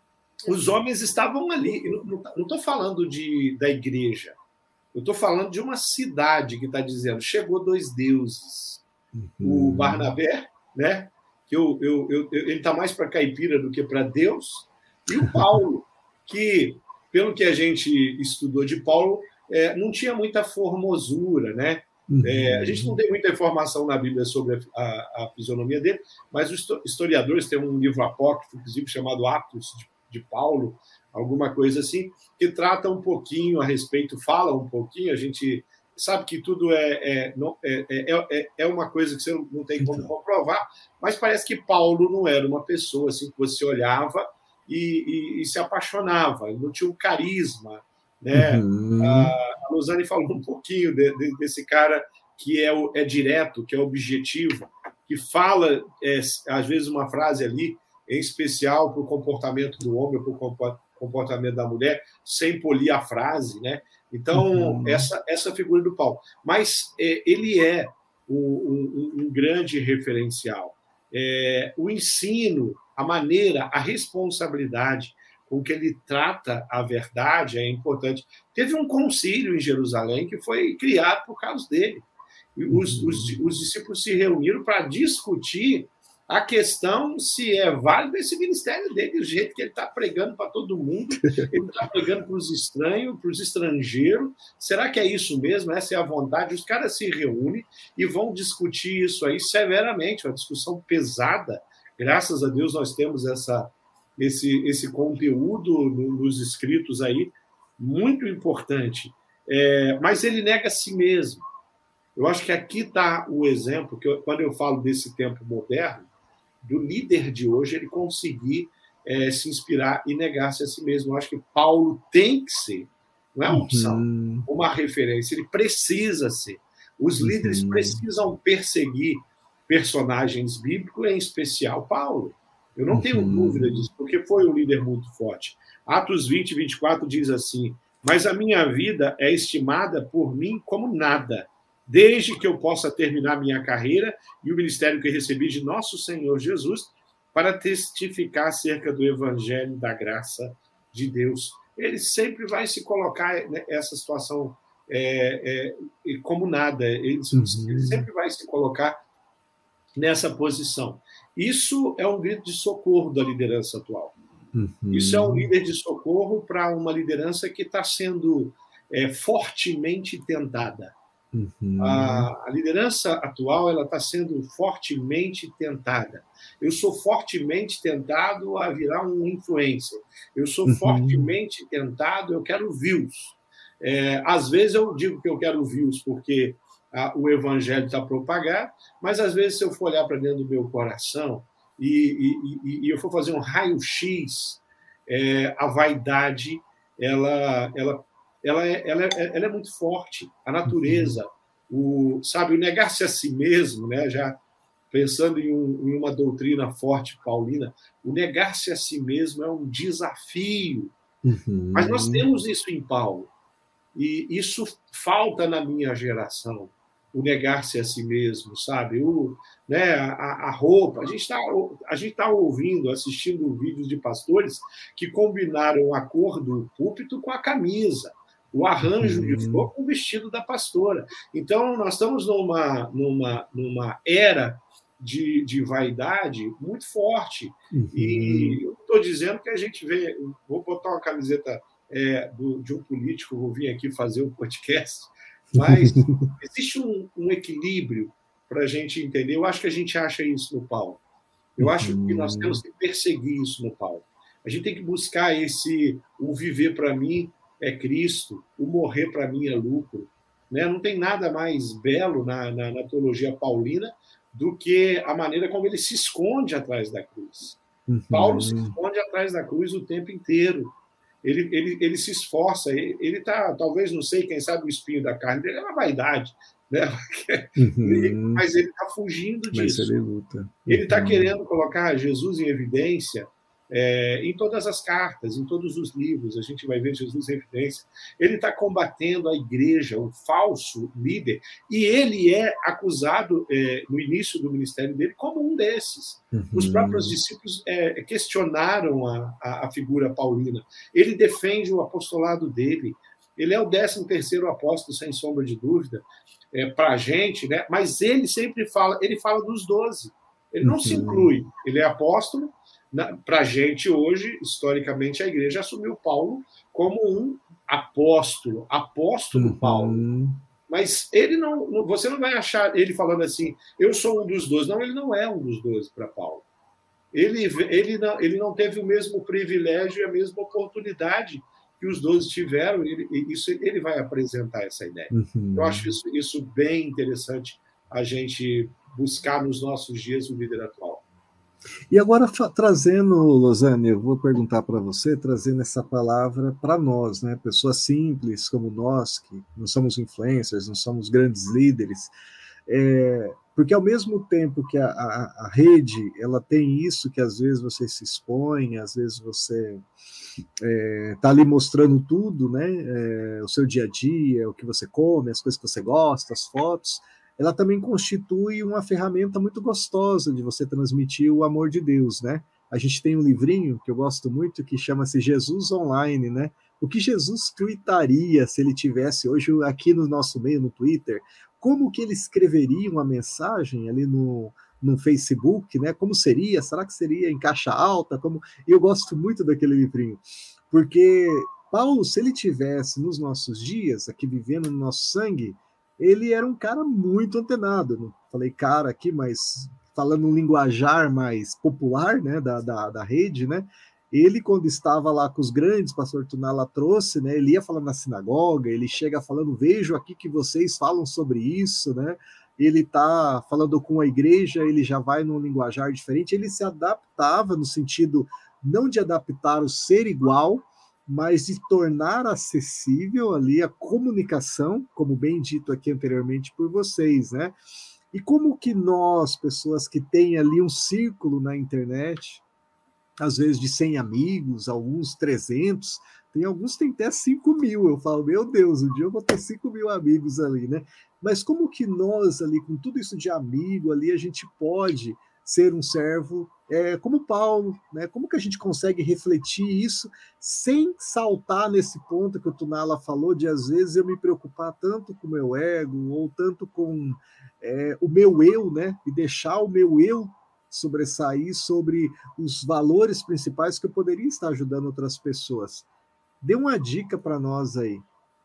os homens estavam ali, não estou falando de, da igreja, eu estou falando de uma cidade que está dizendo, chegou dois deuses, uhum. o Barnabé, né, que eu, eu, eu, ele está mais para caipira do que para Deus, e o Paulo, que pelo que a gente estudou de Paulo, é, não tinha muita formosura, né? Uhum. É, a gente não tem muita informação na Bíblia sobre a, a, a fisionomia dele, mas os historiadores têm um livro apócrifo, inclusive, chamado Atos de, de Paulo, alguma coisa assim, que trata um pouquinho a respeito, fala um pouquinho, a gente sabe que tudo é, é, não, é, é, é uma coisa que você não tem como comprovar, mas parece que Paulo não era uma pessoa assim, que você olhava E, e, e se apaixonava, ele não tinha um carisma, né? Uhum. A, a Luzane falou um pouquinho de, de, desse cara que é, o, é direto, que é objetivo, que fala, é, às vezes, uma frase ali, em especial para o comportamento do homem, para o comportamento da mulher, sem polir a frase, né? Então, uhum. essa, essa figura do Paulo. Mas é, ele é um, um, um grande referencial. É, o ensino, a maneira, a responsabilidade com que ele trata a verdade é importante. Teve um concílio em Jerusalém que foi criado por causa dele. Os, os, os discípulos se reuniram para discutir a questão se é válido esse ministério dele, do jeito que ele está pregando para todo mundo, ele está pregando para os estranhos, para os estrangeiros. Será que é isso mesmo? Essa é a vontade? Os caras se reúnem e vão discutir isso aí severamente, uma discussão pesada. Graças a Deus nós temos essa, esse, esse conteúdo nos escritos aí, muito importante. É, mas ele nega a si mesmo. Eu acho que aqui está o exemplo, que eu, quando eu falo desse tempo moderno, do líder de hoje, ele conseguir é, se inspirar e negar-se a si mesmo. Eu acho que Paulo tem que ser, não é uma opção, uhum. uma referência, ele precisa ser. Os uhum. líderes precisam perseguir personagens bíblicos, em especial Paulo. Eu não uhum. tenho dúvida disso, porque foi um líder muito forte. Atos vinte, vinte e quatro diz assim: mas a minha vida é estimada por mim como nada, desde que eu possa terminar minha carreira e o ministério que recebi de nosso Senhor Jesus para testificar acerca do evangelho da graça de Deus. Ele sempre vai se colocar nessa situação é, é, como nada. Ele, uhum. ele sempre vai se colocar nessa posição. Isso é um grito de socorro da liderança atual. Uhum. Isso é um líder de socorro para uma liderança que está sendo é, fortemente tentada. Uhum. A, a liderança atual ela está sendo fortemente tentada. Eu sou fortemente tentado a virar um influencer. Eu sou uhum. fortemente tentado, eu quero views. É, às vezes eu digo que eu quero views porque a, o evangelho está propagado, mas às vezes se eu for olhar para dentro do meu coração e, e, e, e eu for fazer um raio-x, é, a vaidade ela, ela Ela é, ela, é, ela é muito forte. A natureza, o, sabe, o negar-se a si mesmo, né? Já pensando em, um, em uma doutrina forte paulina, o negar-se a si mesmo é um desafio. Uhum. Mas nós temos isso em Paulo. E isso falta na minha geração, o negar-se a si mesmo, sabe? O, né, a, a roupa. A gente está a gente tá ouvindo, assistindo vídeos de pastores que combinaram a cor do púlpito com a camisa, o arranjo de flor com o vestido da pastora. Então, nós estamos numa, numa, numa era de, de vaidade muito forte. Uhum. E eu estou dizendo que a gente vê... Vou botar uma camiseta é, do, de um político, vou vir aqui fazer um podcast, mas existe um, um equilíbrio para a gente entender. Eu acho que a gente acha isso no Paulo. Eu uhum. acho que nós temos que perseguir isso no Paulo. A gente tem que buscar esse... O viver para mim é Cristo, o morrer para mim é lucro. Né? Não tem nada mais belo na, na, na teologia paulina do que a maneira como ele se esconde atrás da cruz. Uhum. Paulo se esconde atrás da cruz o tempo inteiro. Ele, ele, ele se esforça, ele está, talvez, não sei, quem sabe o espinho da carne dele é uma vaidade, né? Uhum. Mas ele está fugindo disso. Mas ele luta. Uhum. Ele está querendo colocar Jesus em evidência é, em todas as cartas, em todos os livros, a gente vai ver Jesus em evidência. Ele está combatendo a igreja, o falso líder, e ele é acusado é, no início do ministério dele como um desses. Uhum. Os próprios discípulos é, questionaram a, a, a figura paulina. Ele defende o apostolado dele. Ele é o décimo terceiro apóstolo, sem sombra de dúvida, é, para a gente, né? Mas ele sempre fala, ele fala dos doze. Ele não uhum. se inclui. Ele é apóstolo. Para a gente hoje, historicamente, a igreja assumiu Paulo como um apóstolo, apóstolo uhum. Paulo. Mas ele não, você não vai achar ele falando assim, eu sou um dos doze. Não, ele não é um dos doze para Paulo. Ele, ele, não, ele não teve o mesmo privilégio e a mesma oportunidade que os doze tiveram. Ele, isso, ele vai apresentar essa ideia. Uhum. Eu acho isso, isso bem interessante a gente buscar nos nossos dias o líder atual. E agora, trazendo, Lozane, eu vou perguntar para você, trazendo essa palavra para nós, né? Pessoas simples como nós, que não somos influencers, não somos grandes líderes, É, porque ao mesmo tempo que a, a, a rede ela tem isso que às vezes você se expõe, às vezes você está é, ali mostrando tudo, né? É, o seu dia a dia, o que você come, as coisas que você gosta, as fotos, ela também constitui uma ferramenta muito gostosa de você transmitir o amor de Deus, né? A gente tem um livrinho que eu gosto muito que chama-se Jesus Online, né? O que Jesus tuitaria se ele tivesse hoje aqui no nosso meio, no Twitter? Como que ele escreveria uma mensagem ali no, no Facebook, né? Como seria? Será que seria em caixa alta? Como... Eu gosto muito daquele livrinho, porque Paulo, se ele tivesse nos nossos dias, aqui vivendo no nosso sangue, ele era um cara muito antenado. Não falei cara aqui, mas falando um linguajar mais popular, né, da, da, da rede, né? Ele, quando estava lá com os grandes, o pastor Tunala trouxe, né? Ele ia falando na sinagoga, ele chega falando, vejo aqui que vocês falam sobre isso, né? Ele está falando com a igreja, ele já vai num linguajar diferente, ele se adaptava no sentido não de adaptar o ser igual, mas de tornar acessível ali a comunicação, como bem dito aqui anteriormente por vocês, né? E como que nós, pessoas que têm ali um círculo na internet, às vezes de cem amigos, alguns trezentos, tem alguns que têm até cinco mil. Eu falo, meu Deus, um dia eu vou ter cinco mil amigos ali, né? Mas como que nós ali, com tudo isso de amigo ali, a gente pode ser um servo é, como Paulo, né? Como que a gente consegue refletir isso sem saltar nesse ponto que o Tunala falou de, às vezes, eu me preocupar tanto com o meu ego ou tanto com é, o meu eu, né? E deixar o meu eu sobressair sobre os valores principais que eu poderia estar ajudando outras pessoas. Dê uma dica para nós aí.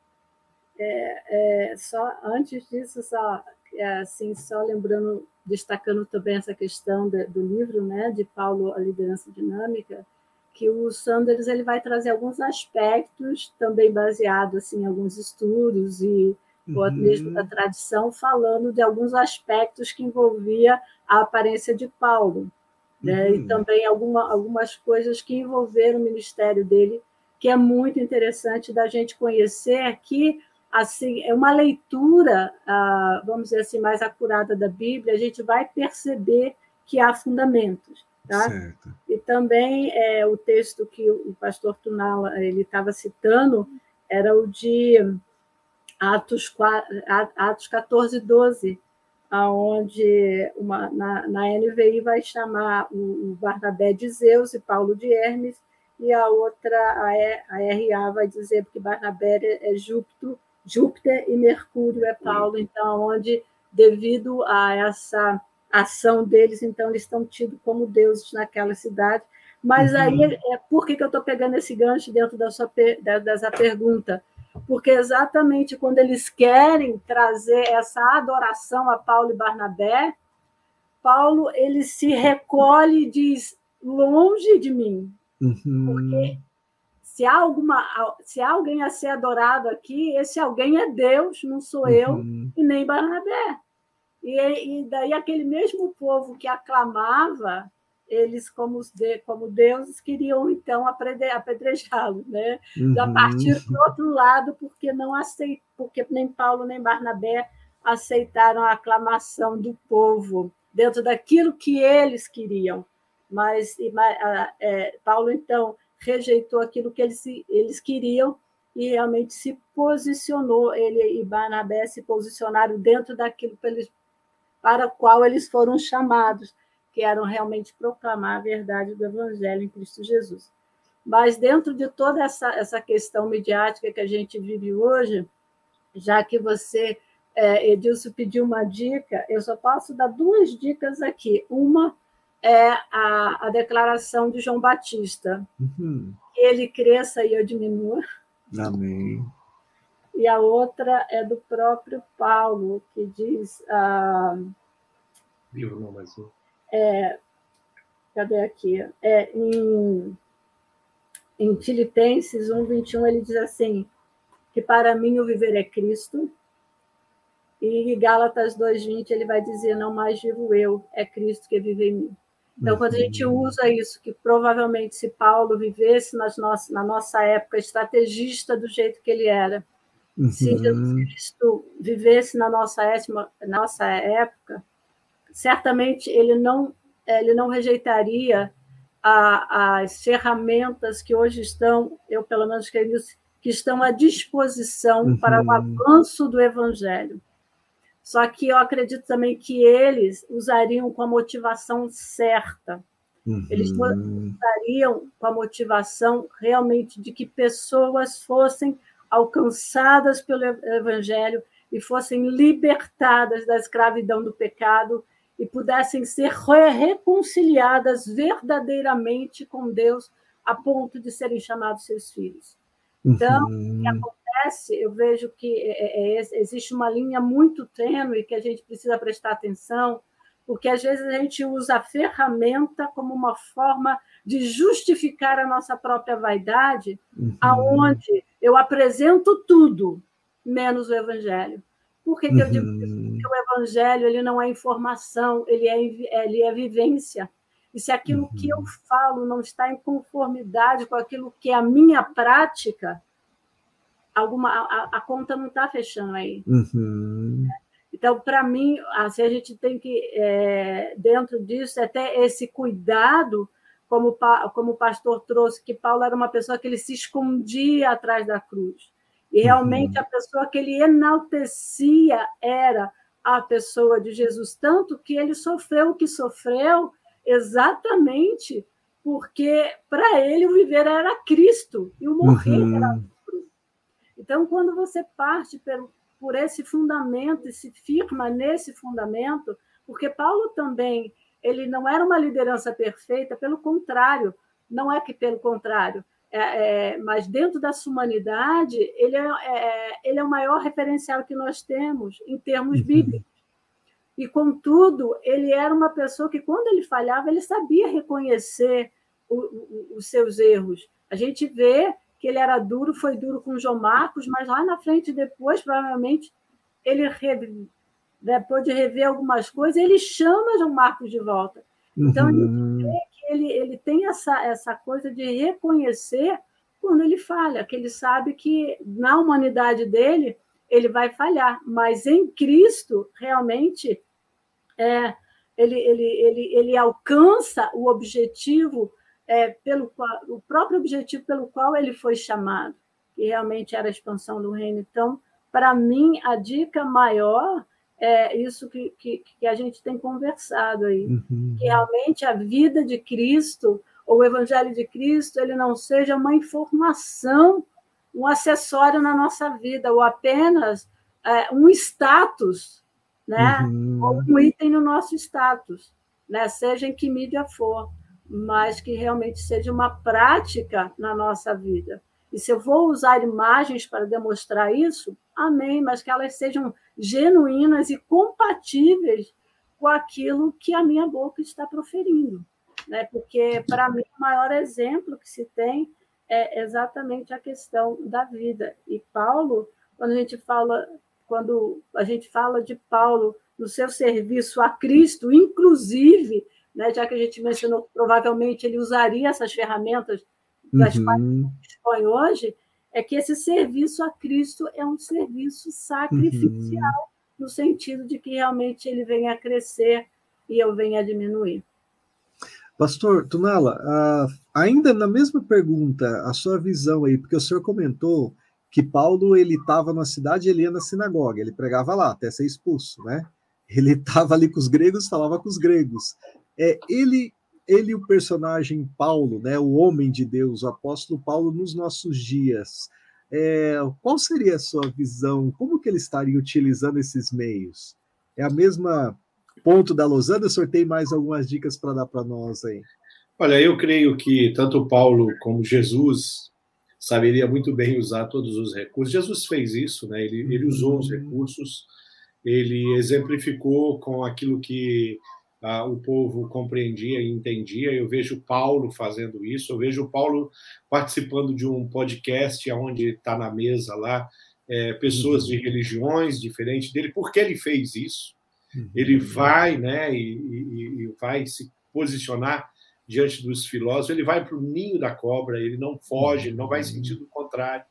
É, é, só antes disso, só, é, assim, só lembrando, destacando também essa questão de, do livro, né, de Paulo, A Liderança Dinâmica, que o Sanders ele vai trazer alguns aspectos também baseados assim, em alguns estudos e uhum. ou mesmo da tradição, falando de alguns aspectos que envolvia a aparência de Paulo, né? Uhum. E também alguma, algumas coisas que envolveram o ministério dele, que é muito interessante da gente conhecer, que assim, é uma leitura, ah, vamos dizer assim, mais acurada da Bíblia, a gente vai perceber que há fundamentos. Tá? Certo. E também é, o texto que o pastor Tunala ele estava citando era o de Atos, Atos catorze, doze, onde uma, na, na N V I vai chamar o, o Barnabé de Zeus e Paulo de Hermes, e a outra, a, e, a R A, vai dizer que Barnabé é Júpiter, Júpiter e Mercúrio é Paulo, então, onde, devido a essa ação deles, então, eles estão tidos como deuses naquela cidade. Mas aí, uhum. é, por que, que eu estou pegando esse gancho dentro da sua, da, dessa pergunta? Porque exatamente quando eles querem trazer essa adoração a Paulo e Barnabé, Paulo ele se recolhe e diz, longe de mim. Uhum. Porque se há, alguma, se há alguém a ser adorado aqui, esse alguém é Deus, não sou eu, uhum. e nem Barnabé. E, e daí aquele mesmo povo que aclamava, eles, como, de, como deuses, queriam, então, apedrejá-lo, né? Uhum. Já partiram para o outro lado, porque, não aceit... porque nem Paulo nem Barnabé aceitaram a aclamação do povo, dentro daquilo que eles queriam. Mas é, Paulo, então, rejeitou aquilo que eles, eles queriam e realmente se posicionou, ele e Barnabé se posicionaram dentro daquilo que eles, para o qual eles foram chamados, que eram realmente proclamar a verdade do Evangelho em Cristo Jesus. Mas dentro de toda essa, essa questão midiática que a gente vive hoje, já que você, é, Edilson, pediu uma dica, eu só posso dar duas dicas aqui. Uma é a, a declaração de João Batista, uhum. que ele cresça e eu diminua. Amém. E a outra é do próprio Paulo, que diz... Ah, Vivo não, mas... É, cadê aqui? É, em, em Filipenses um, vinte e um, ele diz assim, que para mim o viver é Cristo, e em Gálatas dois, vinte, ele vai dizer, não mais vivo eu, é Cristo que vive em mim. Então, quando a gente usa isso, que provavelmente se Paulo vivesse nas nossas, na nossa época, estrategista do jeito que ele era, Uhum. Se Jesus Cristo vivesse na nossa, étima, nossa época, certamente ele não, ele não rejeitaria a, as ferramentas que hoje estão, eu pelo menos creio nisso, que estão à disposição uhum. para o avanço do Evangelho. Só que eu acredito também que eles usariam com a motivação certa. Uhum. Eles usariam com a motivação realmente de que pessoas fossem alcançadas pelo Evangelho e fossem libertadas da escravidão do pecado e pudessem ser reconciliadas verdadeiramente com Deus a ponto de serem chamados seus filhos. Então, uhum. o que acontece, eu vejo que é, é, existe uma linha muito tênue que a gente precisa prestar atenção, porque às vezes a gente usa a ferramenta como uma forma de justificar a nossa própria vaidade, uhum. aonde eu apresento tudo, menos o Evangelho. Por que, que eu digo isso? Porque o Evangelho ele não é informação, ele é, ele é vivência. E se aquilo uhum. que eu falo não está em conformidade com aquilo que é a minha prática, alguma, a, a conta não está fechando aí. Uhum. Então, para mim, assim, a gente tem que, é, dentro disso, até esse cuidado, como, como o pastor trouxe, que Paulo era uma pessoa que ele se escondia atrás da cruz. E realmente uhum. a pessoa que ele enaltecia era a pessoa de Jesus, tanto que ele sofreu o que sofreu exatamente porque para ele o viver era Cristo e o morrer uhum. era Cristo. Então, quando você parte pelo por esse fundamento e se firma nesse fundamento, porque Paulo também, ele não era uma liderança perfeita, pelo contrário, não é que pelo contrário, é, é, mas dentro da sua humanidade, ele é, é, ele é o maior referencial que nós temos em termos uhum. bíblicos. E, contudo, ele era uma pessoa que, quando ele falhava, ele sabia reconhecer o, o, os seus erros. A gente vê que ele era duro, foi duro com João Marcos, mas lá na frente, depois, provavelmente, ele, depois de rever algumas coisas, ele chama João Marcos de volta. Então, uhum. a gente vê que ele, ele tem essa, essa coisa de reconhecer quando ele falha, que ele sabe que, na humanidade dele, ele vai falhar, mas em Cristo, realmente, é, ele, ele, ele, ele alcança o objetivo É, pelo qual, o próprio objetivo pelo qual ele foi chamado, que realmente era a expansão do reino. Então, para mim, a dica maior é isso que, que, que a gente tem conversado aí, uhum. que realmente a vida de Cristo, ou o Evangelho de Cristo, ele não seja uma informação, um acessório na nossa vida, ou apenas é, um status, né? Uhum. ou um item no nosso status, né? Seja em que mídia for, mas que realmente seja uma prática na nossa vida. E se eu vou usar imagens para demonstrar isso, amém, mas que elas sejam genuínas e compatíveis com aquilo que a minha boca está proferindo. Né? Porque, para mim, o maior exemplo que se tem é exatamente a questão da vida. E Paulo, quando a gente fala, quando a gente fala de Paulo no seu serviço a Cristo, inclusive, né, já que a gente mencionou que provavelmente ele usaria essas ferramentas das uhum. quais a gente dispõe hoje, é que esse serviço a Cristo é um serviço sacrificial, uhum. no sentido de que realmente ele venha a crescer e eu venha a diminuir. Pastor Tunala, uh, ainda na mesma pergunta, a sua visão aí, porque o senhor comentou que Paulo ele estava na cidade, ele ia na sinagoga, ele pregava lá até ser expulso, né? Ele estava ali com os gregos, falava com os gregos. É, ele, ele, o personagem Paulo, né, o homem de Deus, o apóstolo Paulo nos nossos dias, é, qual seria a sua visão? Como que ele estaria utilizando esses meios? É a mesma ponto da Lausanne? Eu sorteio mais algumas dicas para dar para nós aí. Olha, eu creio que tanto Paulo como Jesus saberia muito bem usar todos os recursos. Jesus fez isso, né? Ele, ele usou os recursos, ele exemplificou com aquilo que Uh, o povo compreendia e entendia. Eu vejo Paulo fazendo isso, eu vejo Paulo participando de um podcast onde está na mesa lá é, pessoas uhum. de religiões diferentes dele. Por que ele fez isso? Uhum. Ele vai, né, e, e, e vai se posicionar diante dos filósofos, ele vai para o ninho da cobra, ele não foge, ele não vai em sentido contrário.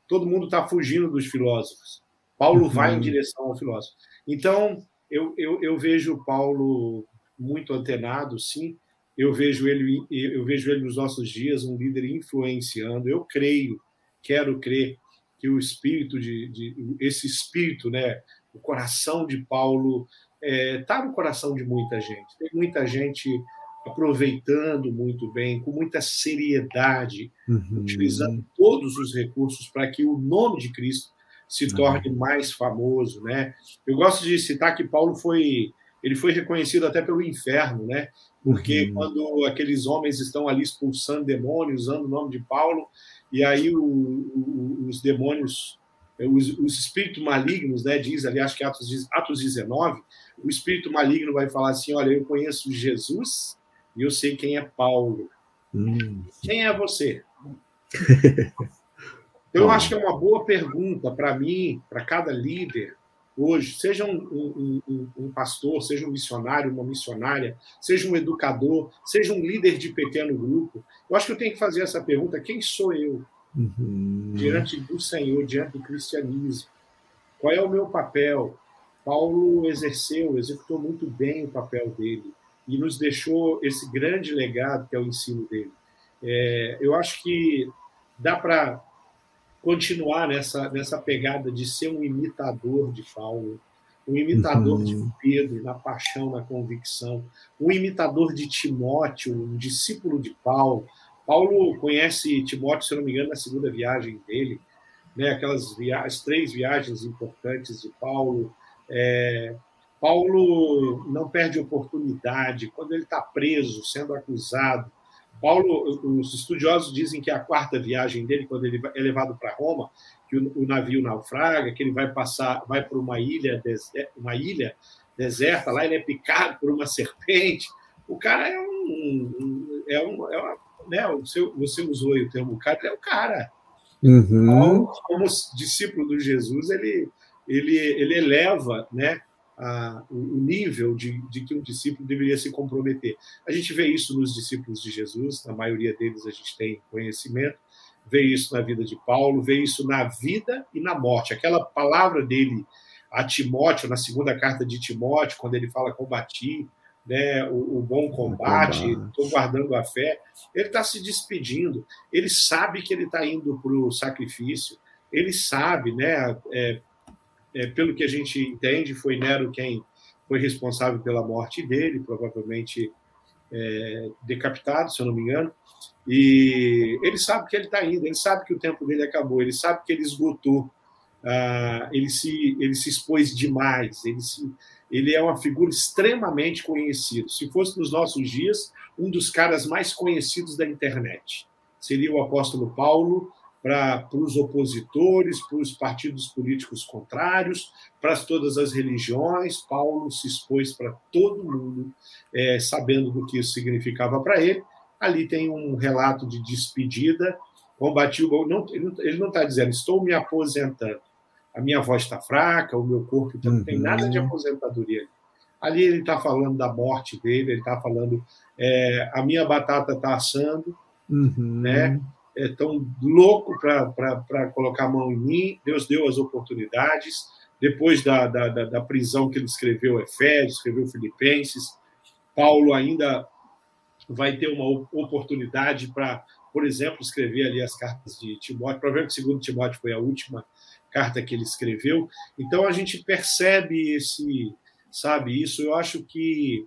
todo mundo está fugindo dos filósofos. Paulo Uhum. vai em direção ao filósofo. Então, eu, eu, eu vejo Paulo muito antenado, sim. Eu vejo ele, eu vejo ele nos nossos dias um líder influenciando. Eu creio, quero crer que o espírito de, de esse espírito, né, o coração de Paulo está é, no coração de muita gente. Tem muita gente aproveitando muito bem, com muita seriedade, uhum. utilizando todos os recursos para que o nome de Cristo se torne uhum. mais famoso, né? Eu gosto de citar que Paulo foi ele foi reconhecido até pelo inferno, né? Porque uhum. quando aqueles homens estão ali expulsando demônios, usando o nome de Paulo, e aí o, o, os demônios, os, os espíritos malignos, né? Diz ali, acho que é Atos, Atos dezenove, o espírito maligno vai falar assim: olha, eu conheço Jesus e eu sei quem é Paulo. Hum. Quem é você? Então, eu acho que é uma boa pergunta para mim, para cada líder hoje, seja um, um, um, um pastor, seja um missionário, uma missionária, seja um educador, seja um líder de pequeno grupo. Eu acho que eu tenho que fazer essa pergunta: quem sou eu uhum. diante do Senhor, diante do cristianismo? Qual é o meu papel? Paulo exerceu, executou muito bem o papel dele e nos deixou esse grande legado que é o ensino dele. É, eu acho que dá para continuar nessa, nessa pegada de ser um imitador de Paulo, um imitador uhum. de Pedro na paixão, na convicção, um imitador de Timóteo, um discípulo de Paulo. Paulo conhece Timóteo, se eu não me engano, na segunda viagem dele, né? Aquelas via- as três viagens importantes de Paulo. É, Paulo não perde oportunidade quando ele está preso, sendo acusado. Paulo, os estudiosos dizem que é a quarta viagem dele, quando ele é levado para Roma, que o, o navio naufraga, que ele vai passar, vai para uma ilha, uma ilha deserta, lá ele é picado por uma serpente. O cara é um, é um, é uma, né? Você, você usou o termo, o cara é o cara. Uhum. Paulo, como discípulo de Jesus, ele, ele, ele eleva, né, a, o nível de, de que um discípulo deveria se comprometer. A gente vê isso nos discípulos de Jesus, na maioria deles a gente tem conhecimento, vê isso na vida de Paulo, vê isso na vida e na morte. Aquela palavra dele a Timóteo, na segunda carta de Timóteo, quando ele fala combati, né, o, o bom combate, estou guardando a fé, ele está se despedindo, ele sabe que ele está indo para o sacrifício, ele sabe, né, é, é, pelo que a gente entende, foi Nero quem foi responsável pela morte dele, provavelmente é, decapitado, se eu não me engano, e ele sabe que ele está indo, ele sabe que o tempo dele acabou, ele sabe que ele esgotou, ah, ele, se, ele se expôs demais, ele, se, ele é uma figura extremamente conhecida. Se fosse nos nossos dias, um dos caras mais conhecidos da internet seria o apóstolo Paulo, para os opositores, para os partidos políticos contrários, para todas as religiões. Paulo se expôs para todo mundo, é, sabendo do que isso significava para ele. Ali tem um relato de despedida. Combati o... não, ele não está dizendo, estou me aposentando. A minha voz está fraca, o meu corpo então, não tem nada de aposentadoria. Ali ele está falando da morte dele, ele está falando, é, a minha batata está assando, uhum. né? É tão louco para colocar a mão em mim. Deus deu as oportunidades. Depois da, da, da prisão que ele escreveu Efésios, escreveu Filipenses, Paulo ainda vai ter uma oportunidade para, por exemplo, escrever ali as cartas de Timóteo. Provavelmente, segundo Timóteo, foi a última carta que ele escreveu. Então, a gente percebe esse, sabe, isso. Eu acho que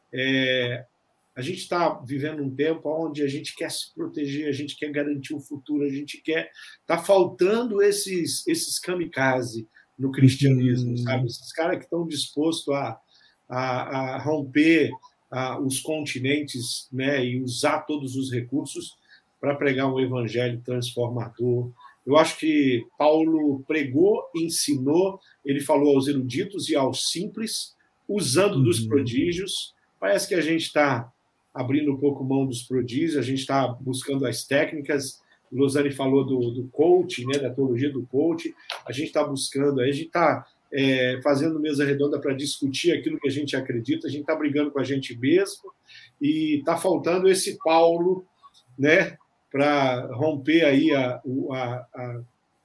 é, a gente está vivendo um tempo onde a gente quer se proteger, a gente quer garantir o futuro, a gente quer... Está faltando esses, esses kamikaze no cristianismo, uhum. sabe? Esses caras que estão dispostos a, a, a romper a, os continentes, né, e usar todos os recursos para pregar um evangelho transformador. Eu acho que Paulo pregou, ensinou, ele falou aos eruditos e aos simples, usando uhum. dos prodígios. Parece que a gente está abrindo um pouco mão dos prodígios, a gente está buscando as técnicas. Losane falou do, do coaching, né, da teologia do coaching. A gente está buscando, a gente está é, fazendo mesa redonda para discutir aquilo que a gente acredita, a gente está brigando com a gente mesmo e está faltando esse Paulo, né, para romper aí a, a, a,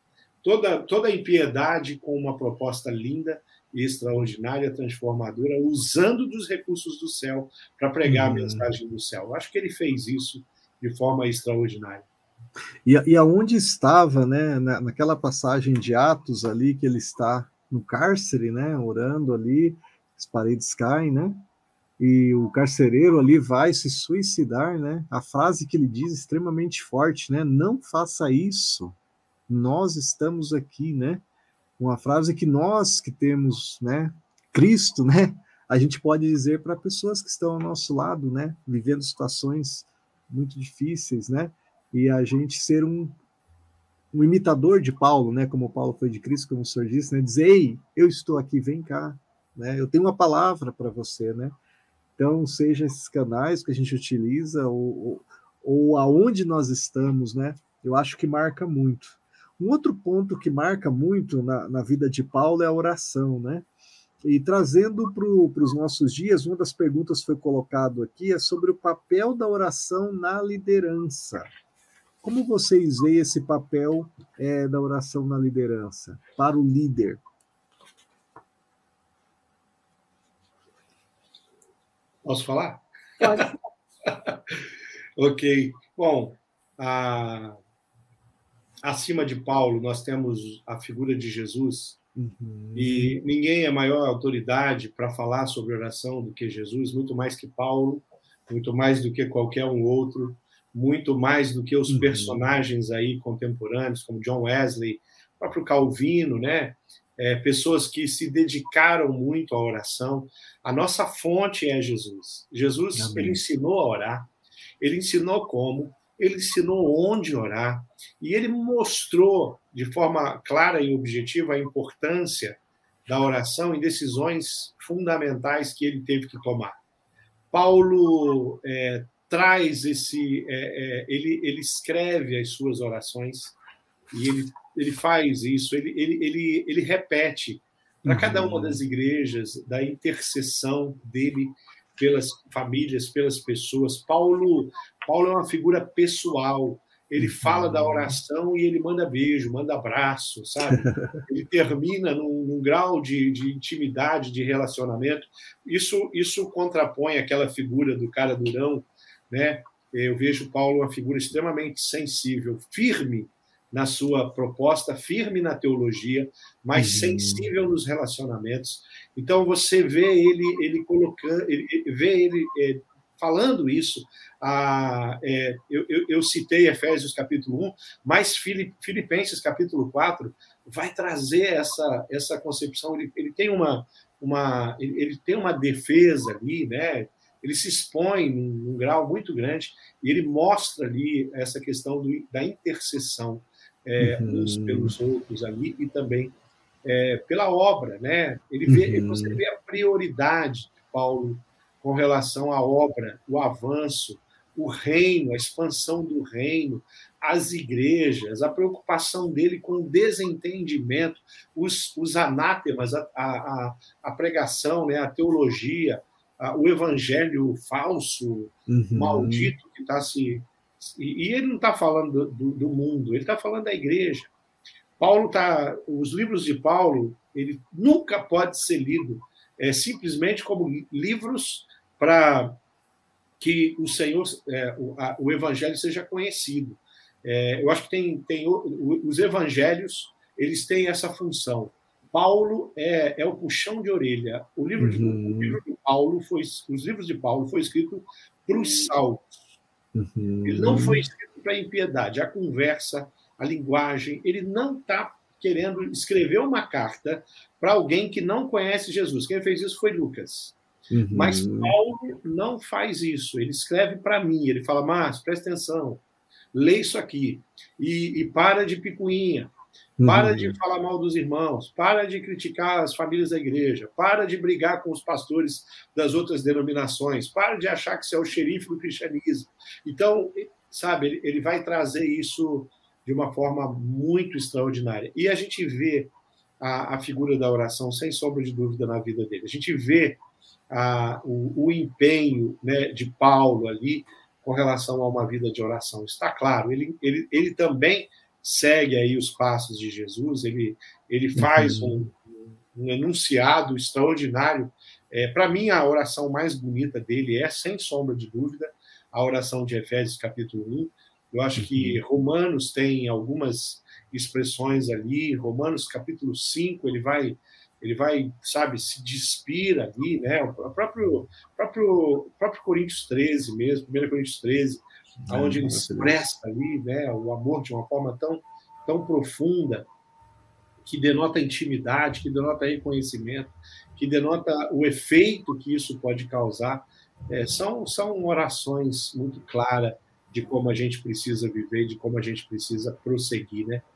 toda, toda a impiedade com uma proposta linda e extraordinária, transformadora, usando dos recursos do céu para pregar uhum. a mensagem do céu. Eu acho que ele fez isso de forma extraordinária. E, e aonde estava, né, na, naquela passagem de Atos ali, que ele está no cárcere, né, orando ali, as paredes caem, né, e o carcereiro ali vai se suicidar, né, a frase que ele diz é extremamente forte, né, não faça isso, nós estamos aqui, né, uma frase que nós que temos, né, Cristo, né, a gente pode dizer para pessoas que estão ao nosso lado, né, vivendo situações muito difíceis, né, e a gente ser um, um imitador de Paulo, né, como Paulo foi de Cristo, como o senhor disse, né, dizer, ei, eu estou aqui, vem cá, né, eu tenho uma palavra para você, né, então seja esses canais que a gente utiliza ou, ou, ou aonde nós estamos, né, eu acho que marca muito. Um outro ponto que marca muito na, na vida de Paulo é a oração, né, e trazendo para os nossos dias, uma das perguntas que foi colocado aqui é sobre o papel da oração na liderança. Como vocês veem esse papel é, da oração na liderança, para o líder? Posso falar? Pode. Ok. Bom, a... acima de Paulo, nós temos a figura de Jesus, uhum. e ninguém é maior autoridade para falar sobre oração do que Jesus, muito mais que Paulo, muito mais do que qualquer um outro, muito mais do que os uhum. personagens aí contemporâneos, como John Wesley, o próprio Calvino, né? É, pessoas que se dedicaram muito à oração. A nossa fonte é Jesus. Jesus, Amém. Ele ensinou a orar, ele ensinou como, ele ensinou onde orar, e ele mostrou de forma clara e objetiva a importância da oração em decisões fundamentais que ele teve que tomar. Paulo é, traz esse... É, é, ele, ele escreve as suas orações e ele, ele faz isso, ele, ele, ele, ele repete para uhum. cada uma das igrejas da intercessão dele pelas famílias, pelas pessoas. Paulo, Paulo é uma figura pessoal, ele uhum. fala da oração e ele manda beijo, manda abraço, sabe? Ele termina num, num grau de, de intimidade, de relacionamento. Isso, isso contrapõe aquela figura do cara durão, né? Eu vejo Paulo uma figura extremamente sensível, firme na sua proposta, firme na teologia, mas uhum. sensível nos relacionamentos. Então você vê ele, ele colocando, ele, vê ele é, falando isso. Ah, é, eu, eu, eu citei Efésios capítulo um, mas Filipenses capítulo quatro vai trazer essa, essa concepção. Ele, ele tem uma, uma ele, ele tem uma defesa ali, né? Ele se expõe num, num grau muito grande e ele mostra ali essa questão do, da intercessão é, uhum. uns pelos outros ali e também é, pela obra, né? Ele vê, uhum. Você vê a prioridade de Paulo com relação à obra, o avanço, o reino, a expansão do reino, as igrejas, a preocupação dele com o desentendimento, os, os anátemas, a, a, a pregação, né? A teologia, a, o evangelho falso, uhum. maldito que está se... E, e ele não está falando do, do mundo, ele está falando da igreja. Paulo tá, os livros de Paulo, ele nunca pode ser lido é, simplesmente como livros para que o Senhor, é, o, a, o Evangelho seja conhecido. É, eu acho que tem, tem o, os Evangelhos, eles têm essa função. Paulo é, é o puxão de orelha. O livro, de, uhum. o livro de Paulo foi, os livros de Paulo foi escrito para os salvos. Uhum. Ele não foi escrito para a impiedade. A conversa, a linguagem, ele não está querendo escrever uma carta para alguém que não conhece Jesus. Quem fez isso foi Lucas. Uhum. Mas Paulo não faz isso. Ele escreve para mim. Ele fala, Márcio, presta atenção, lê isso aqui. E, e para de picuinha. Para uhum. de falar mal dos irmãos. Para de criticar as famílias da igreja. Para de brigar com os pastores das outras denominações. Para de achar que você é o xerife do cristianismo. Então, sabe, ele, ele vai trazer isso de uma forma muito extraordinária. E a gente vê a, a figura da oração, sem sombra de dúvida, na vida dele. A gente vê a, o, o empenho, né, de Paulo ali com relação a uma vida de oração. Está claro, ele, ele, ele também segue aí os passos de Jesus, ele, ele faz um, um enunciado extraordinário. É, para mim, a oração mais bonita dele é, sem sombra de dúvida, a oração de Efésios capítulo um. Eu acho que Romanos tem algumas expressões ali, Romanos capítulo cinco, ele vai, ele vai, sabe, se despir ali, né? O próprio, próprio, próprio Coríntios treze mesmo, primeiro Coríntios treze, é, onde ele expressa ali, né, o amor de uma forma tão, tão profunda, que denota intimidade, que denota reconhecimento, que denota o efeito que isso pode causar. É, são, são orações muito claras de como a gente precisa viver, de como a gente precisa prosseguir, né?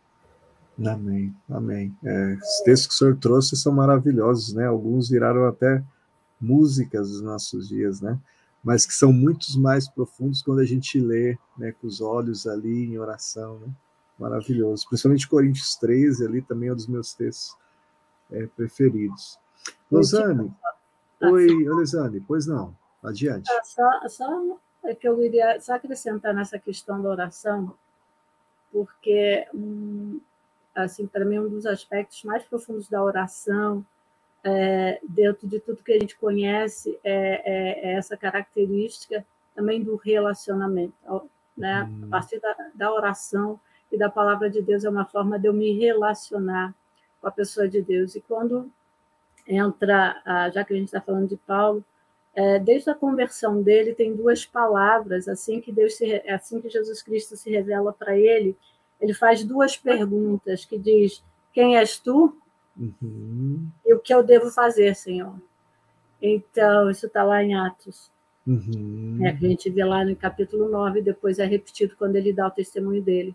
Amém, amém. É, os textos que o senhor trouxe são maravilhosos, né? Alguns viraram até músicas dos nossos dias, né? Mas que são muitos mais profundos quando a gente lê, né, com os olhos ali em oração, né? Maravilhoso. Principalmente Coríntios treze, ali também é um dos meus textos é, preferidos. Losane, oi, Losane, pois não, adiante. Só, só é que eu iria só acrescentar nessa questão da oração, porque, hum, assim, para mim, um dos aspectos mais profundos da oração, é, dentro de tudo que a gente conhece, é, é, é essa característica também do relacionamento, né? Hum. A partir da, da oração e da palavra de Deus é uma forma de eu me relacionar com a pessoa de Deus. E quando entra, já que a gente está falando de Paulo, é, desde a conversão dele tem duas palavras, assim que Deus se, assim que Jesus Cristo se revela para ele, ele faz duas perguntas, que diz: quem és tu? Uhum. E o que eu devo fazer, Senhor? Então, isso está lá em Atos. Uhum. É, que a gente vê lá no capítulo nove, depois é repetido quando ele dá o testemunho dele.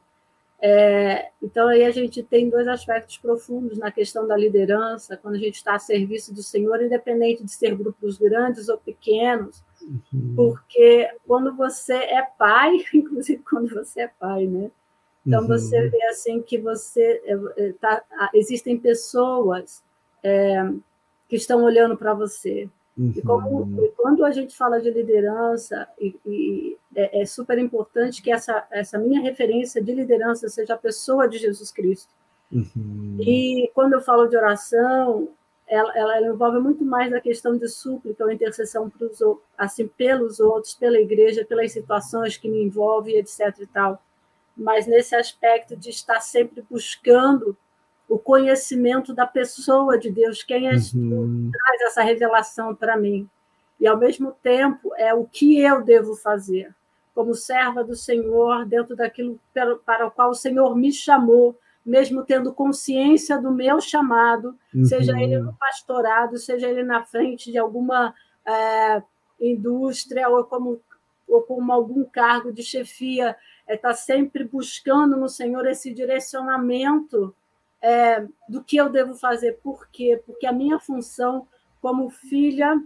É, então, aí a gente tem dois aspectos profundos na questão da liderança, quando a gente está a serviço do Senhor, independente de ser grupos grandes ou pequenos, uhum. Porque quando você é pai, inclusive quando você é pai, né? Então, uhum. Você vê assim que você tá, existem pessoas é, que estão olhando para você. Uhum. E, como, e quando a gente fala de liderança, e, e é, é super importante que essa, essa minha referência de liderança seja a pessoa de Jesus Cristo. Uhum. E quando eu falo de oração, ela, ela envolve muito mais a questão de súplica ou intercessão pros, assim, pelos outros, pela igreja, pelas situações que me envolvem, etc e tal. Mas nesse aspecto de estar sempre buscando o conhecimento da pessoa de Deus, quem és uhum. tu, traz essa revelação para mim. E, ao mesmo tempo, é o que eu devo fazer, como serva do Senhor, dentro daquilo para o qual o Senhor me chamou, mesmo tendo consciência do meu chamado, uhum. seja ele no pastorado, seja ele na frente de alguma é, indústria, ou como, ou como algum cargo de chefia, está é, sempre buscando no Senhor esse direcionamento é, do que eu devo fazer. Por quê? Porque a minha função como filha,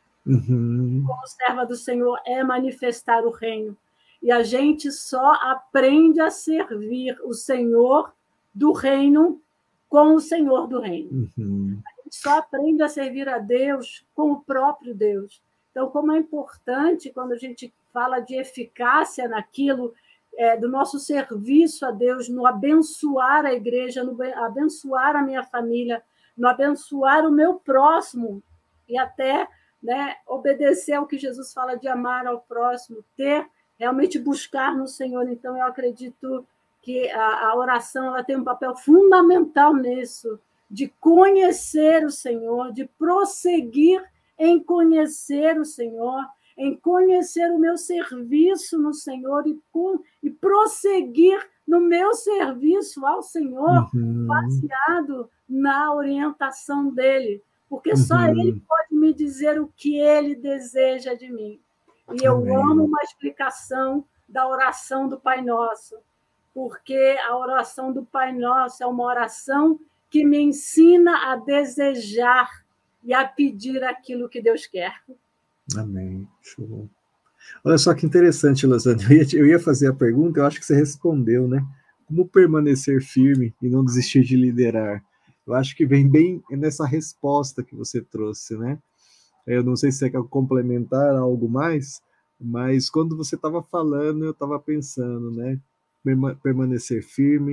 uhum. como serva do Senhor, é manifestar o reino. E a gente só aprende a servir o Senhor do reino com o Senhor do reino. Uhum. A gente só aprende a servir a Deus com o próprio Deus. Então, como é importante quando a gente fala de eficácia naquilo, É, do nosso serviço a Deus, no abençoar a igreja, no abençoar a minha família, no abençoar o meu próximo, e até, né, obedecer ao que Jesus fala de amar ao próximo, ter, realmente buscar no Senhor. Então, eu acredito que a, a oração ela tem um papel fundamental nisso, de conhecer o Senhor, de prosseguir em conhecer o Senhor, em conhecer o meu serviço no Senhor e, e prosseguir no meu serviço ao Senhor, uhum. baseado na orientação dele, porque uhum. só ele pode me dizer o que ele deseja de mim. E eu Amém. Amo uma explicação da oração do Pai Nosso, porque a oração do Pai Nosso é uma oração que me ensina a desejar e a pedir aquilo que Deus quer. Amém. Show. Olha só que interessante, Losane. Eu ia, eu ia fazer a pergunta, eu acho que você respondeu, né? Como permanecer firme e não desistir de liderar? Eu acho que vem bem nessa resposta que você trouxe, né? Eu não sei se você quer complementar algo mais, mas quando você estava falando, eu estava pensando, né? Permanecer firme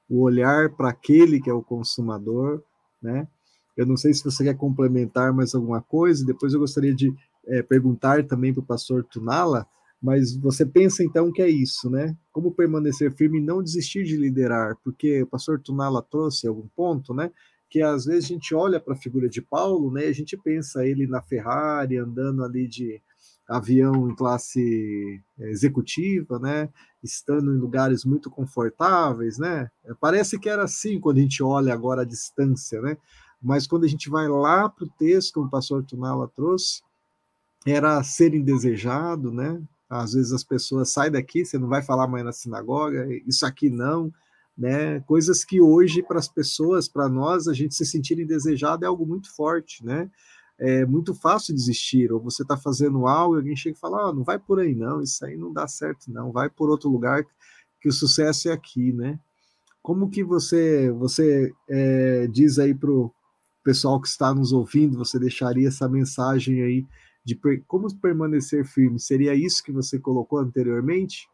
o olhar para aquele que é o consumador, né? Eu não sei se você quer complementar mais alguma coisa, depois eu gostaria de é, perguntar também para o pastor Tunala, mas você pensa então que é isso, né? Como permanecer firme e não desistir de liderar, porque o pastor Tunala trouxe algum ponto, né? Que às vezes a gente olha para a figura de Paulo, né? E a gente pensa ele na Ferrari, andando ali de avião em classe executiva, né? Estando em lugares muito confortáveis, né? Parece que era assim quando a gente olha agora à distância, né? Mas quando a gente vai lá para o texto, como o pastor Tunala trouxe, era ser indesejado, né? Às vezes as pessoas saem daqui, você não vai falar amanhã na sinagoga, isso aqui não, né? Coisas que hoje para as pessoas, para nós, a gente se sentir indesejado é algo muito forte, né? É muito fácil desistir, ou você está fazendo algo e alguém chega e fala, ah, não vai por aí não, isso aí não dá certo não, vai por outro lugar que o sucesso é aqui, né? Como que você, você é, diz aí para o pessoal que está nos ouvindo, você deixaria essa mensagem aí de per, como permanecer firme? Seria isso que você colocou anteriormente?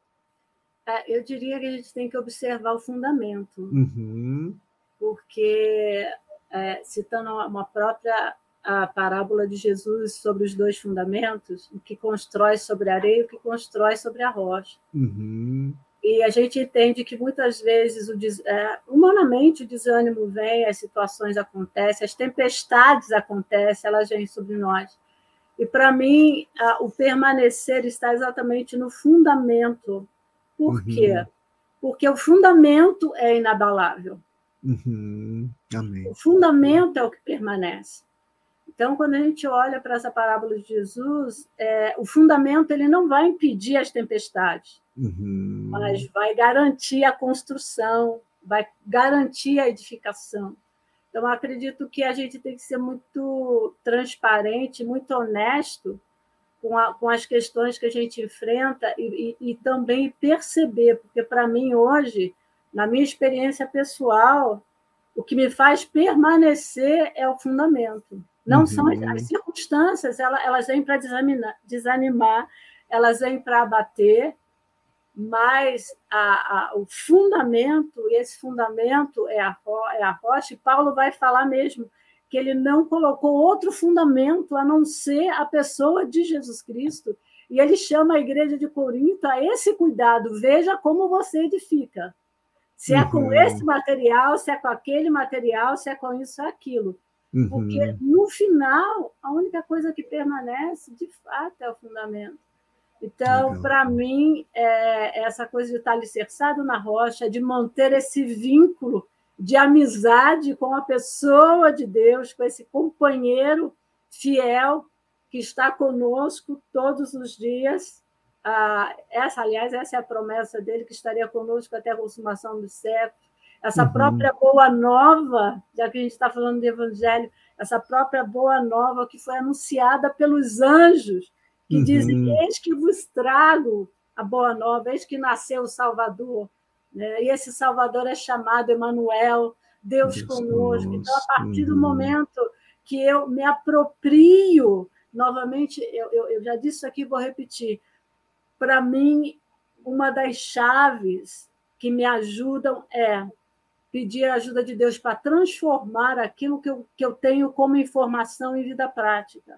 É, eu diria que a gente tem que observar o fundamento, uhum. porque, é, citando uma própria a parábola de Jesus sobre os dois fundamentos, o que constrói sobre a areia e o que constrói sobre a rocha. Uhum. E a gente entende que muitas vezes, o, é, humanamente, o desânimo vem, as situações acontecem, as tempestades acontecem, elas vêm sobre nós. E, para mim, a, o permanecer está exatamente no fundamento. Por uhum. quê? Porque o fundamento é inabalável. Uhum. Amém. O fundamento é o que permanece. Então, quando a gente olha para essa parábola de Jesus, é, o fundamento ele não vai impedir as tempestades, uhum. mas vai garantir a construção, vai garantir a edificação. Então, eu acredito que a gente tem que ser muito transparente, muito honesto com, a, com as questões que a gente enfrenta e, e, e também perceber, porque, para mim, hoje, na minha experiência pessoal, o que me faz permanecer é o fundamento. Não uhum. são as, as circunstâncias, elas, elas vêm para desanimar, elas vêm para abater, mas a, a, o fundamento, e esse fundamento é a, é a rocha, e Paulo vai falar mesmo que ele não colocou outro fundamento a não ser a pessoa de Jesus Cristo, e ele chama a igreja de Corinto a esse cuidado, veja como você edifica. Se é com uhum. esse material, se é com aquele material, se é com isso ou aquilo. Uhum. Porque, no final, a única coisa que permanece, de fato, é o fundamento. Então, para mim, é essa coisa de estar alicerçado na rocha, de manter esse vínculo de amizade com a pessoa de Deus, com esse companheiro fiel que está conosco todos os dias. Ah, essa, aliás, essa é a promessa dele, que estaria conosco até a consumação dos séculos. Essa uhum. própria boa nova, já que a gente está falando de evangelho, essa própria boa nova que foi anunciada pelos anjos, que uhum. dizem, eis que vos trago a boa nova, eis que nasceu o Salvador. Né? E esse Salvador é chamado Emanuel, Deus, Deus conosco. conosco. Então, a partir uhum. do momento que eu me aproprio, novamente, eu, eu, eu já disse isso aqui, vou repetir, para mim, uma das chaves que me ajudam é pedir a ajuda de Deus para transformar aquilo que eu, que eu tenho como informação em vida prática.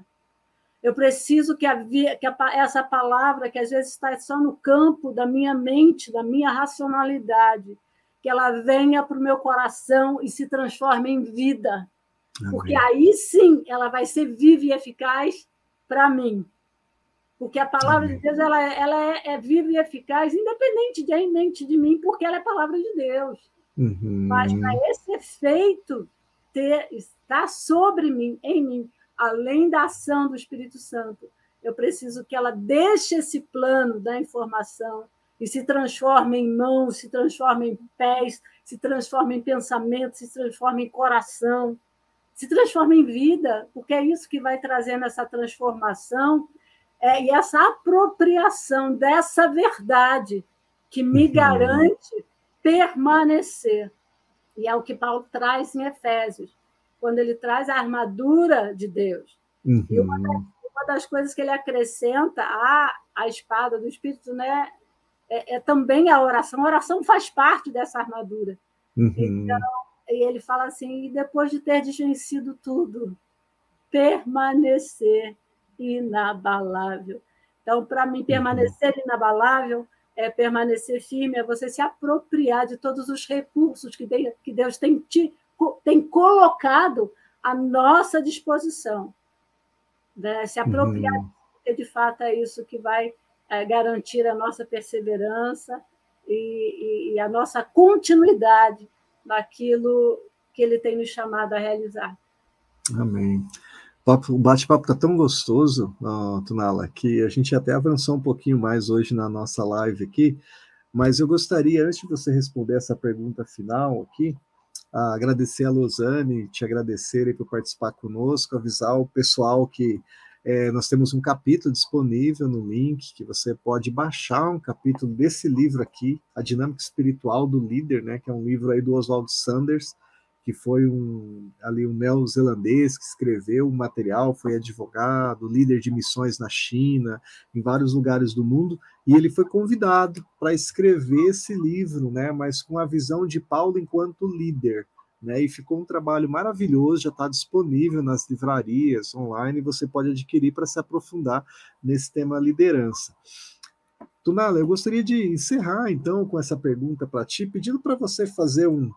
Eu preciso que, a, que a, essa palavra, que às vezes está só no campo da minha mente, da minha racionalidade, que ela venha para o meu coração e se transforme em vida. Amém. Porque aí sim ela vai ser viva e eficaz para mim. Porque a palavra Amém. de Deus ela, ela é, é viva e eficaz, independente de, independente de mim, porque ela é palavra de Deus. Uhum. Mas para esse efeito ter, estar sobre mim, em mim, além da ação do Espírito Santo, eu preciso que ela deixe esse plano da informação e se transforme em mãos, se transforme em pés, se transforme em pensamento, se transforme em coração, se transforme em vida, porque é isso que vai trazendo essa transformação é, e essa apropriação dessa verdade que me uhum. garante permanecer. E é o que Paulo traz em Efésios, quando ele traz a armadura de Deus. Uhum. E uma das, uma das coisas que ele acrescenta à, à espada do Espírito, né, é, é também a oração. A oração faz parte dessa armadura. Uhum. Então, e ele fala assim, e depois de ter vencido tudo, permanecer inabalável. Então, para mim, permanecer uhum. inabalável é permanecer firme, é você se apropriar de todos os recursos que Deus tem, te, tem colocado à nossa disposição. Né? Se apropriar, uhum. porque de fato é isso que vai é, garantir a nossa perseverança e, e, e a nossa continuidade naquilo que Ele tem nos chamado a realizar. Amém. O bate-papo está tão gostoso, oh, Tunala, que a gente até avançou um pouquinho mais hoje na nossa live aqui, mas eu gostaria, antes de você responder essa pergunta final aqui, a agradecer a Losane, te agradecer por participar conosco, avisar o pessoal que é, nós temos um capítulo disponível no link, que você pode baixar um capítulo desse livro aqui, A Dinâmica Espiritual do Líder, né, que é um livro aí do Oswald Sanders, que foi um, ali um neozelandês que escreveu o material, foi advogado, líder de missões na China, em vários lugares do mundo, e ele foi convidado para escrever esse livro, né, mas com a visão de Paulo enquanto líder, né, e ficou um trabalho maravilhoso, já está disponível nas livrarias online, você pode adquirir para se aprofundar nesse tema liderança. Tunala, eu gostaria de encerrar, então, com essa pergunta para ti, pedindo para você fazer um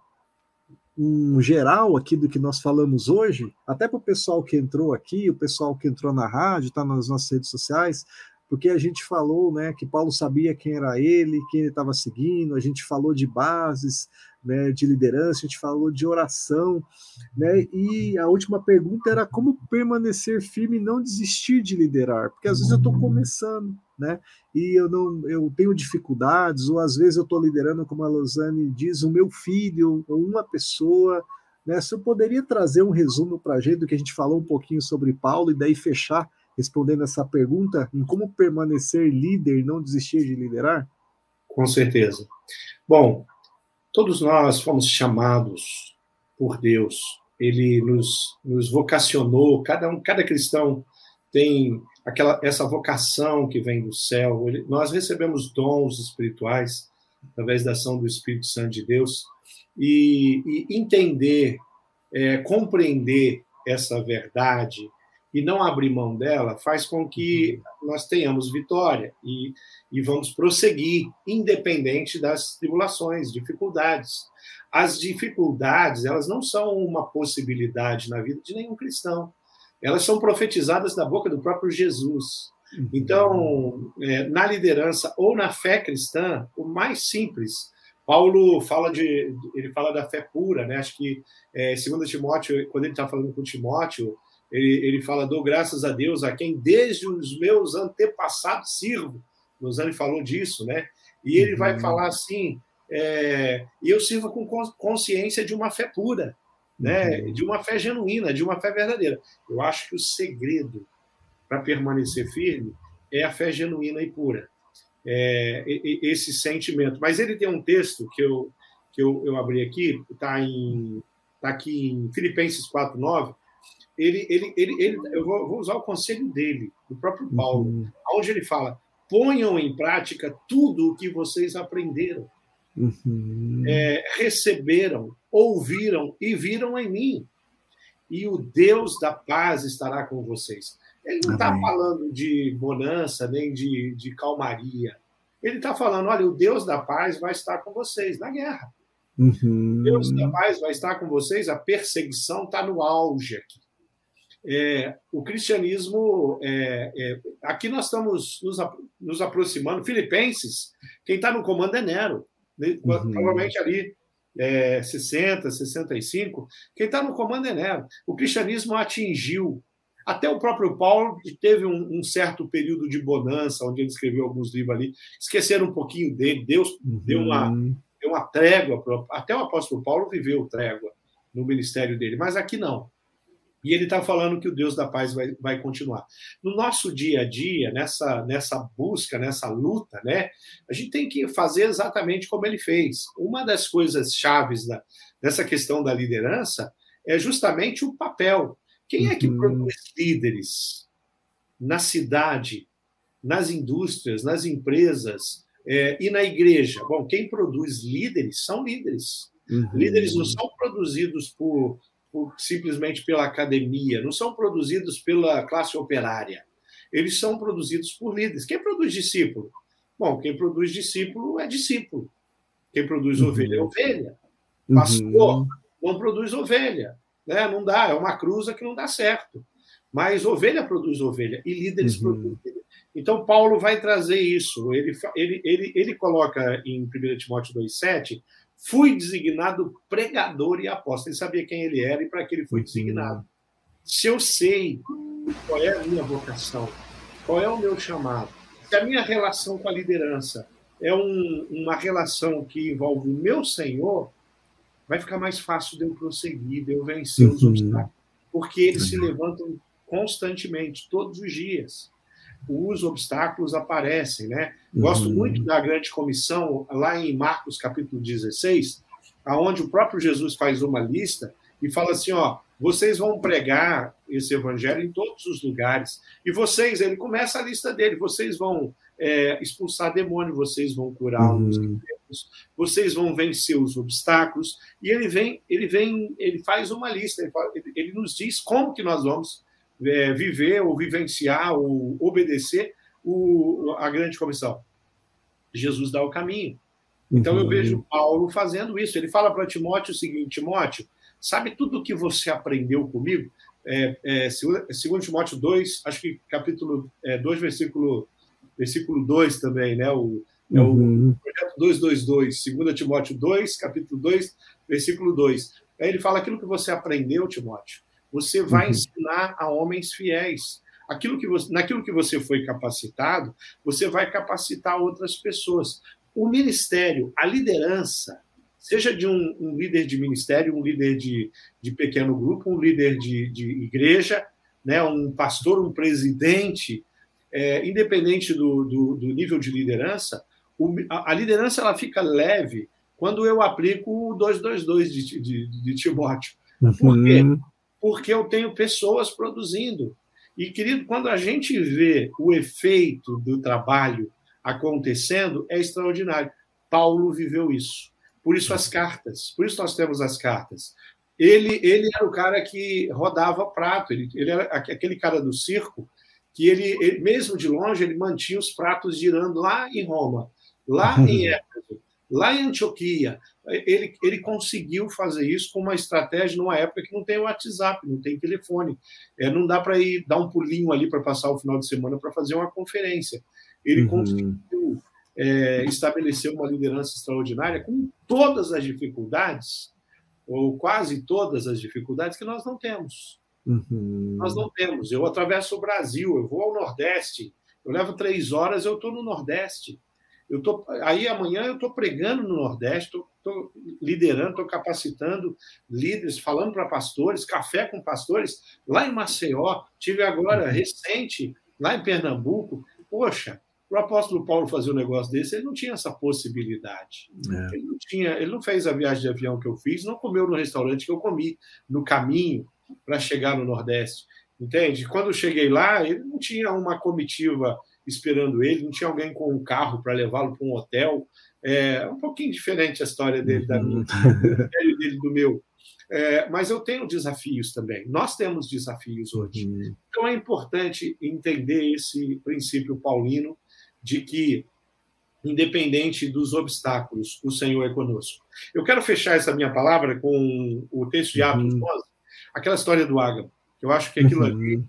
um geral aqui do que nós falamos hoje, até para o pessoal que entrou aqui, o pessoal que entrou na rádio, está nas nossas redes sociais, porque a gente falou, né, que Paulo sabia quem era ele, quem ele estava seguindo, a gente falou de bases, né, de liderança, a gente falou de oração, né, e a última pergunta era como permanecer firme e não desistir de liderar, porque às vezes eu estou começando, né, e eu não, eu tenho dificuldades, ou às vezes eu estou liderando, como a Losane diz, o meu filho, ou uma pessoa, né, se eu poderia trazer um resumo para a gente do que a gente falou um pouquinho sobre Paulo, e daí fechar respondendo essa pergunta, em como permanecer líder e não desistir de liderar? Com certeza. Bom, todos nós fomos chamados por Deus, Ele nos, nos vocacionou, cada, um, cada cristão tem aquela, essa vocação que vem do céu, Ele, nós recebemos dons espirituais através da ação do Espírito Santo de Deus, e, e entender, é, compreender essa verdade e não abrir mão dela faz com que nós tenhamos vitória e, e vamos prosseguir, independente das tribulações, dificuldades. As dificuldades, elas não são uma possibilidade na vida de nenhum cristão. Elas são profetizadas da boca do próprio Jesus. Então, é, na liderança ou na fé cristã, o mais simples, Paulo fala de, ele fala da fé pura, né? Acho que é, segundo Timóteo, quando ele está falando com Timóteo, Ele, ele fala, dou graças a Deus a quem desde os meus antepassados sirvo. Losane falou disso, né? E ele uhum. vai falar assim, é, eu sirvo com consciência de uma fé pura, né? Uhum. De uma fé genuína, de uma fé verdadeira. Eu acho que o segredo para permanecer firme é a fé genuína e pura. É, esse sentimento. Mas ele tem um texto que eu, que eu, eu abri aqui, está tá aqui em Filipenses quatro, nove, Ele, ele, ele, ele, eu vou, vou usar o conselho dele, do próprio Paulo, uhum. onde ele fala, ponham em prática tudo o que vocês aprenderam, uhum. é, receberam, ouviram e viram em mim, e o Deus da paz estará com vocês. Ele não está falando de bonança, nem de, de calmaria. Ele está falando, olha, o Deus da paz vai estar com vocês na guerra. Uhum. Deus da paz vai estar com vocês, a perseguição está no auge aqui. É, o cristianismo, é, é, aqui nós estamos nos, nos aproximando, Filipenses, quem está no comando é Nero, né? Uhum. Provavelmente ali é, sessenta, sessenta e cinco, quem está no comando é Nero. O cristianismo atingiu, até o próprio Paulo teve um, um certo período de bonança, onde ele escreveu alguns livros ali, esqueceram um pouquinho dele, Deus uhum. deu, uma, deu uma trégua, até o apóstolo Paulo viveu trégua no ministério dele, mas aqui não. E ele está falando que o Deus da paz vai, vai continuar. No nosso dia a dia, nessa, nessa busca, nessa luta, né, a gente tem que fazer exatamente como ele fez. Uma das coisas chaves da, dessa questão da liderança é justamente o papel. Quem é que uhum. produz líderes na cidade, nas indústrias, nas empresas é, e na igreja? Bom, quem produz líderes são líderes. Uhum. Líderes não são produzidos por, por, simplesmente pela academia, não são produzidos pela classe operária. Eles são produzidos por líderes. Quem produz discípulo? Bom, quem produz discípulo é discípulo. Quem produz uhum. ovelha é ovelha. Pastor uhum. não produz ovelha. Né? Não dá, é uma cruza que não dá certo. Mas ovelha produz ovelha e líderes uhum. produzem líderes. Então, Paulo vai trazer isso. Ele, ele, ele, ele coloca em primeira Timóteo dois, sete, fui designado pregador e apóstolo. Ele sabia quem ele era e para que ele foi designado. Uhum. Se eu sei qual é a minha vocação, qual é o meu chamado, se a minha relação com a liderança é um, uma relação que envolve o meu Senhor, vai ficar mais fácil de eu prosseguir, de eu vencer uhum. os obstáculos. Porque eles uhum. se levantam constantemente, todos os dias. Os obstáculos aparecem, né? Gosto uhum. muito da grande comissão, lá em Marcos, capítulo dezesseis, onde o próprio Jesus faz uma lista e fala assim, ó, vocês vão pregar esse evangelho em todos os lugares. E vocês, ele começa a lista dele, vocês vão é, expulsar demônio, vocês vão curar uhum. os enfermos, vocês vão vencer os obstáculos. E ele vem, ele vem, ele faz uma lista, ele, fala, ele, ele nos diz como que nós vamos é, viver, ou vivenciar, ou obedecer o, a grande comissão. Jesus dá o caminho. Então, uhum. eu vejo Paulo fazendo isso. Ele fala para Timóteo o seguinte, Timóteo, sabe tudo o que você aprendeu comigo? É, é, segundo Timóteo dois, acho que capítulo é, dois, versículo, versículo dois também, né? O, é uhum. o projeto duzentos e vinte e dois, segundo Timóteo dois, capítulo dois, versículo dois. Aí ele fala aquilo que você aprendeu, Timóteo, você vai uhum. ensinar a homens fiéis. Aquilo que você, naquilo que você foi capacitado, você vai capacitar outras pessoas. O ministério, a liderança, seja de um, um líder de ministério, um líder de, de pequeno grupo, um líder de, de igreja, né, um pastor, um presidente, é, independente do, do, do nível de liderança, o, a, a liderança ela fica leve quando eu aplico o duzentos e vinte e dois de, de, de Timóteo. Por quê? Porque eu tenho pessoas produzindo. E, querido, quando a gente vê o efeito do trabalho acontecendo, é extraordinário. Paulo viveu isso. Por isso as cartas, por isso nós temos as cartas. Ele, ele era o cara que rodava prato, ele, ele era aquele cara do circo que, ele, ele, mesmo de longe, ele mantinha os pratos girando lá em Roma, lá em Éfeso, lá em Antioquia. Ele, ele conseguiu fazer isso com uma estratégia numa época que não tem WhatsApp, não tem telefone. É, não dá para ir dar um pulinho ali para passar o final de semana para fazer uma conferência. Ele uhum. conseguiu é, estabelecer uma liderança extraordinária com todas as dificuldades, ou quase todas as dificuldades que nós não temos. Uhum. Nós não temos. Eu atravesso o Brasil, eu vou ao Nordeste, eu levo três horas, eu estou no Nordeste. Eu tô, aí amanhã eu estou pregando no Nordeste, estou liderando, estou capacitando líderes, falando para pastores, café com pastores, lá em Maceió, tive agora, recente, lá em Pernambuco. Poxa, para o apóstolo Paulo fazer um negócio desse, ele não tinha essa possibilidade. É. Ele não tinha, ele não fez a viagem de avião que eu fiz, não comeu no restaurante que eu comi no caminho para chegar no Nordeste. Entende? Quando eu cheguei lá, ele não tinha uma comitiva esperando ele, não tinha alguém com um carro para levá-lo para um hotel. É um pouquinho diferente a história dele, da minha, do dele do meu. É, mas eu tenho desafios também. Nós temos desafios hoje. Uhum. Então é importante entender esse princípio paulino de que, independente dos obstáculos, o Senhor é conosco. Eu quero fechar essa minha palavra com o texto de Atos uhum. onze, aquela história do Ágabo. Eu acho que aquilo uhum. ali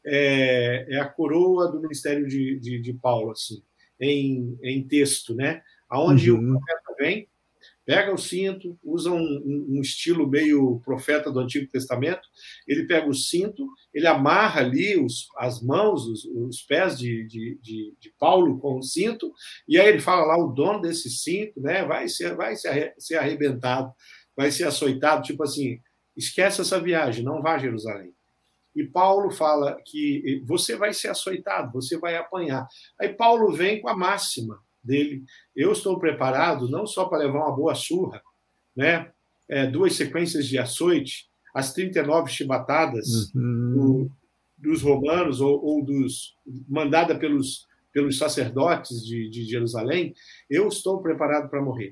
É, é a coroa do ministério de, de, de Paulo, assim, em, em texto, né? Onde uhum. o profeta vem, pega o cinto, usa um, um estilo meio profeta do Antigo Testamento, ele pega o cinto, ele amarra ali os, as mãos, os, os pés de, de, de, de Paulo com o cinto, e aí ele fala lá, o dono desse cinto, né, vai ser, vai ser, ser arrebentado, vai ser açoitado, tipo assim, esquece essa viagem, não vá a Jerusalém. E Paulo fala que você vai ser açoitado, você vai apanhar. Aí Paulo vem com a máxima dele. Eu estou preparado não só para levar uma boa surra, né? É, duas sequências de açoite, as trinta e nove chibatadas uhum. do, dos romanos ou, ou dos mandada pelos, pelos sacerdotes de, de Jerusalém, eu estou preparado para morrer.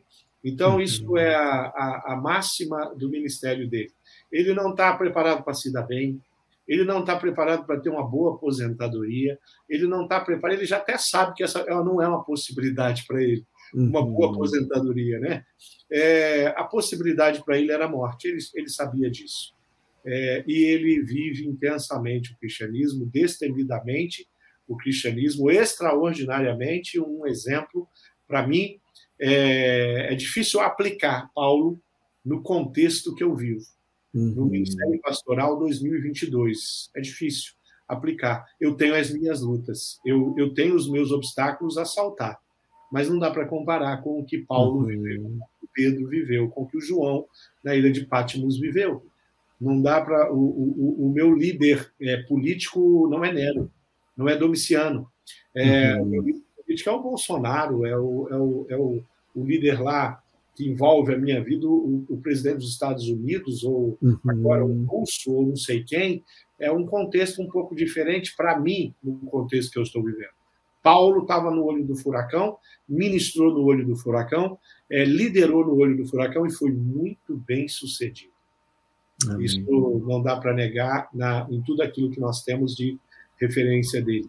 Então, isso é a, a, a máxima do ministério dele. Ele não está preparado para se dar bem, ele não está preparado para ter uma boa aposentadoria, ele não está preparado, ele já até sabe que essa não é uma possibilidade para ele, uma boa aposentadoria, né? É, a possibilidade para ele era a morte, ele, ele sabia disso. É, e ele vive intensamente o cristianismo, destemidamente o cristianismo, extraordinariamente, um exemplo, para mim, é, é difícil aplicar Paulo no contexto que eu vivo. No Ministério Pastoral dois mil e vinte e dois. É difícil aplicar. Eu tenho as minhas lutas, eu, eu tenho os meus obstáculos a saltar, mas não dá para comparar com o que Paulo uhum. viveu, com o que Pedro viveu, com o que o João, na ilha de Patmos, viveu. Não dá para... O, o, o meu líder é, político não é Nero, não é Domiciano. É, uhum. O meu líder político é o Bolsonaro, é o, é o, é o, o líder lá que envolve a minha vida, o, o presidente dos Estados Unidos, ou uhum. agora o russo, ou não sei quem, é um contexto um pouco diferente para mim, no contexto que eu estou vivendo. Paulo estava no olho do furacão, ministrou no olho do furacão, é, liderou no olho do furacão e foi muito bem sucedido. Amém. Isso não dá para negar na, em tudo aquilo que nós temos de referência dele.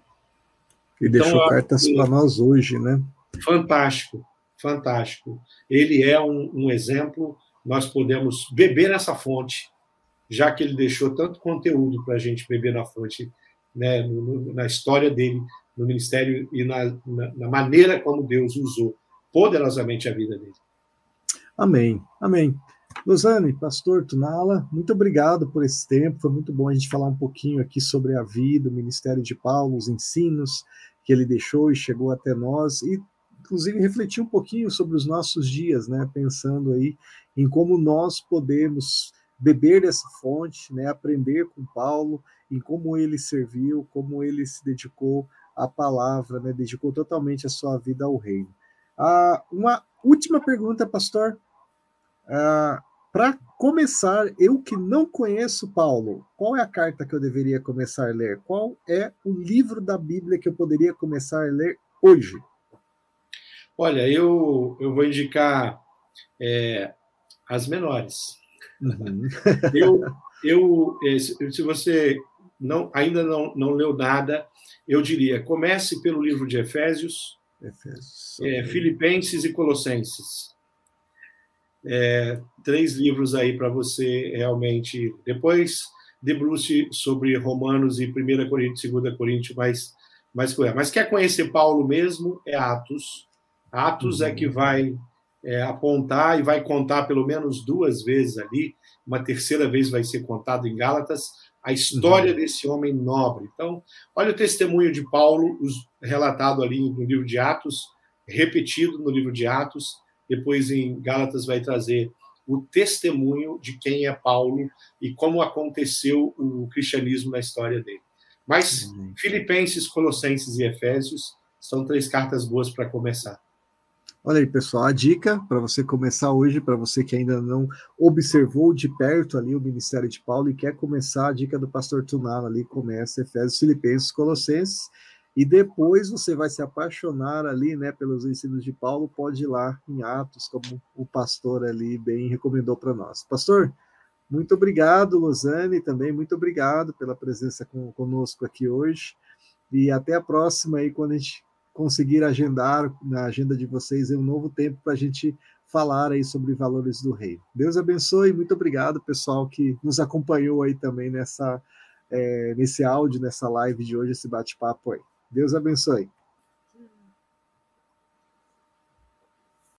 E então, deixou cartas para nós hoje, né? Fantástico. Fantástico. Ele é um, um exemplo, nós podemos beber nessa fonte, já que ele deixou tanto conteúdo para a gente beber na fonte, né, no, no, na história dele, no ministério e na, na, na maneira como Deus usou poderosamente a vida dele. Amém, amém. Losane, pastor Tunala, muito obrigado por esse tempo, foi muito bom a gente falar um pouquinho aqui sobre a vida, o ministério de Paulo, os ensinos que ele deixou e chegou até nós, e inclusive refletir um pouquinho sobre os nossos dias, né, pensando aí em como nós podemos beber dessa fonte, né, aprender com Paulo, em como ele serviu, como ele se dedicou à palavra, né, dedicou totalmente a sua vida ao reino. Ah, uma última pergunta, pastor. Ah, para começar, eu que não conheço Paulo, qual é a carta que eu deveria começar a ler? Qual é o livro da Bíblia que eu poderia começar a ler hoje? Olha, eu, eu vou indicar é, as menores. Uhum. eu, eu, se você não, ainda não, não leu nada, eu diria, comece pelo livro de Efésios, Efésios okay. é, Filipenses e Colossenses. É, três livros aí para você realmente... Depois debruce sobre Romanos e primeira Coríntios, segunda Coríntios, mais, mais coisa. Mas quer conhecer Paulo mesmo? É Atos. Atos uhum. é que vai é, apontar e vai contar pelo menos duas vezes ali, uma terceira vez vai ser contado em Gálatas, a história uhum. desse homem nobre. Então, olha o testemunho de Paulo, os, relatado ali no livro de Atos, repetido no livro de Atos, depois em Gálatas vai trazer o testemunho de quem é Paulo e como aconteceu o cristianismo na história dele. Mas uhum. Filipenses, Colossenses e Efésios são três cartas boas para começar. Olha aí, pessoal, a dica para você começar hoje, para você que ainda não observou de perto ali o ministério de Paulo e quer começar, a dica do pastor Tunala ali, começa Efésios, Filipenses, Colossenses, e depois você vai se apaixonar ali, né, pelos ensinos de Paulo, pode ir lá em Atos, como o pastor ali bem recomendou para nós. Pastor, muito obrigado, Losane, também muito obrigado pela presença com, conosco aqui hoje, e até a próxima aí, quando a gente conseguir agendar na agenda de vocês um novo tempo para a gente falar aí sobre valores do reino. Deus abençoe, muito obrigado, pessoal, que nos acompanhou aí também nessa, é, nesse áudio, nessa live de hoje, esse bate-papo aí. Deus abençoe.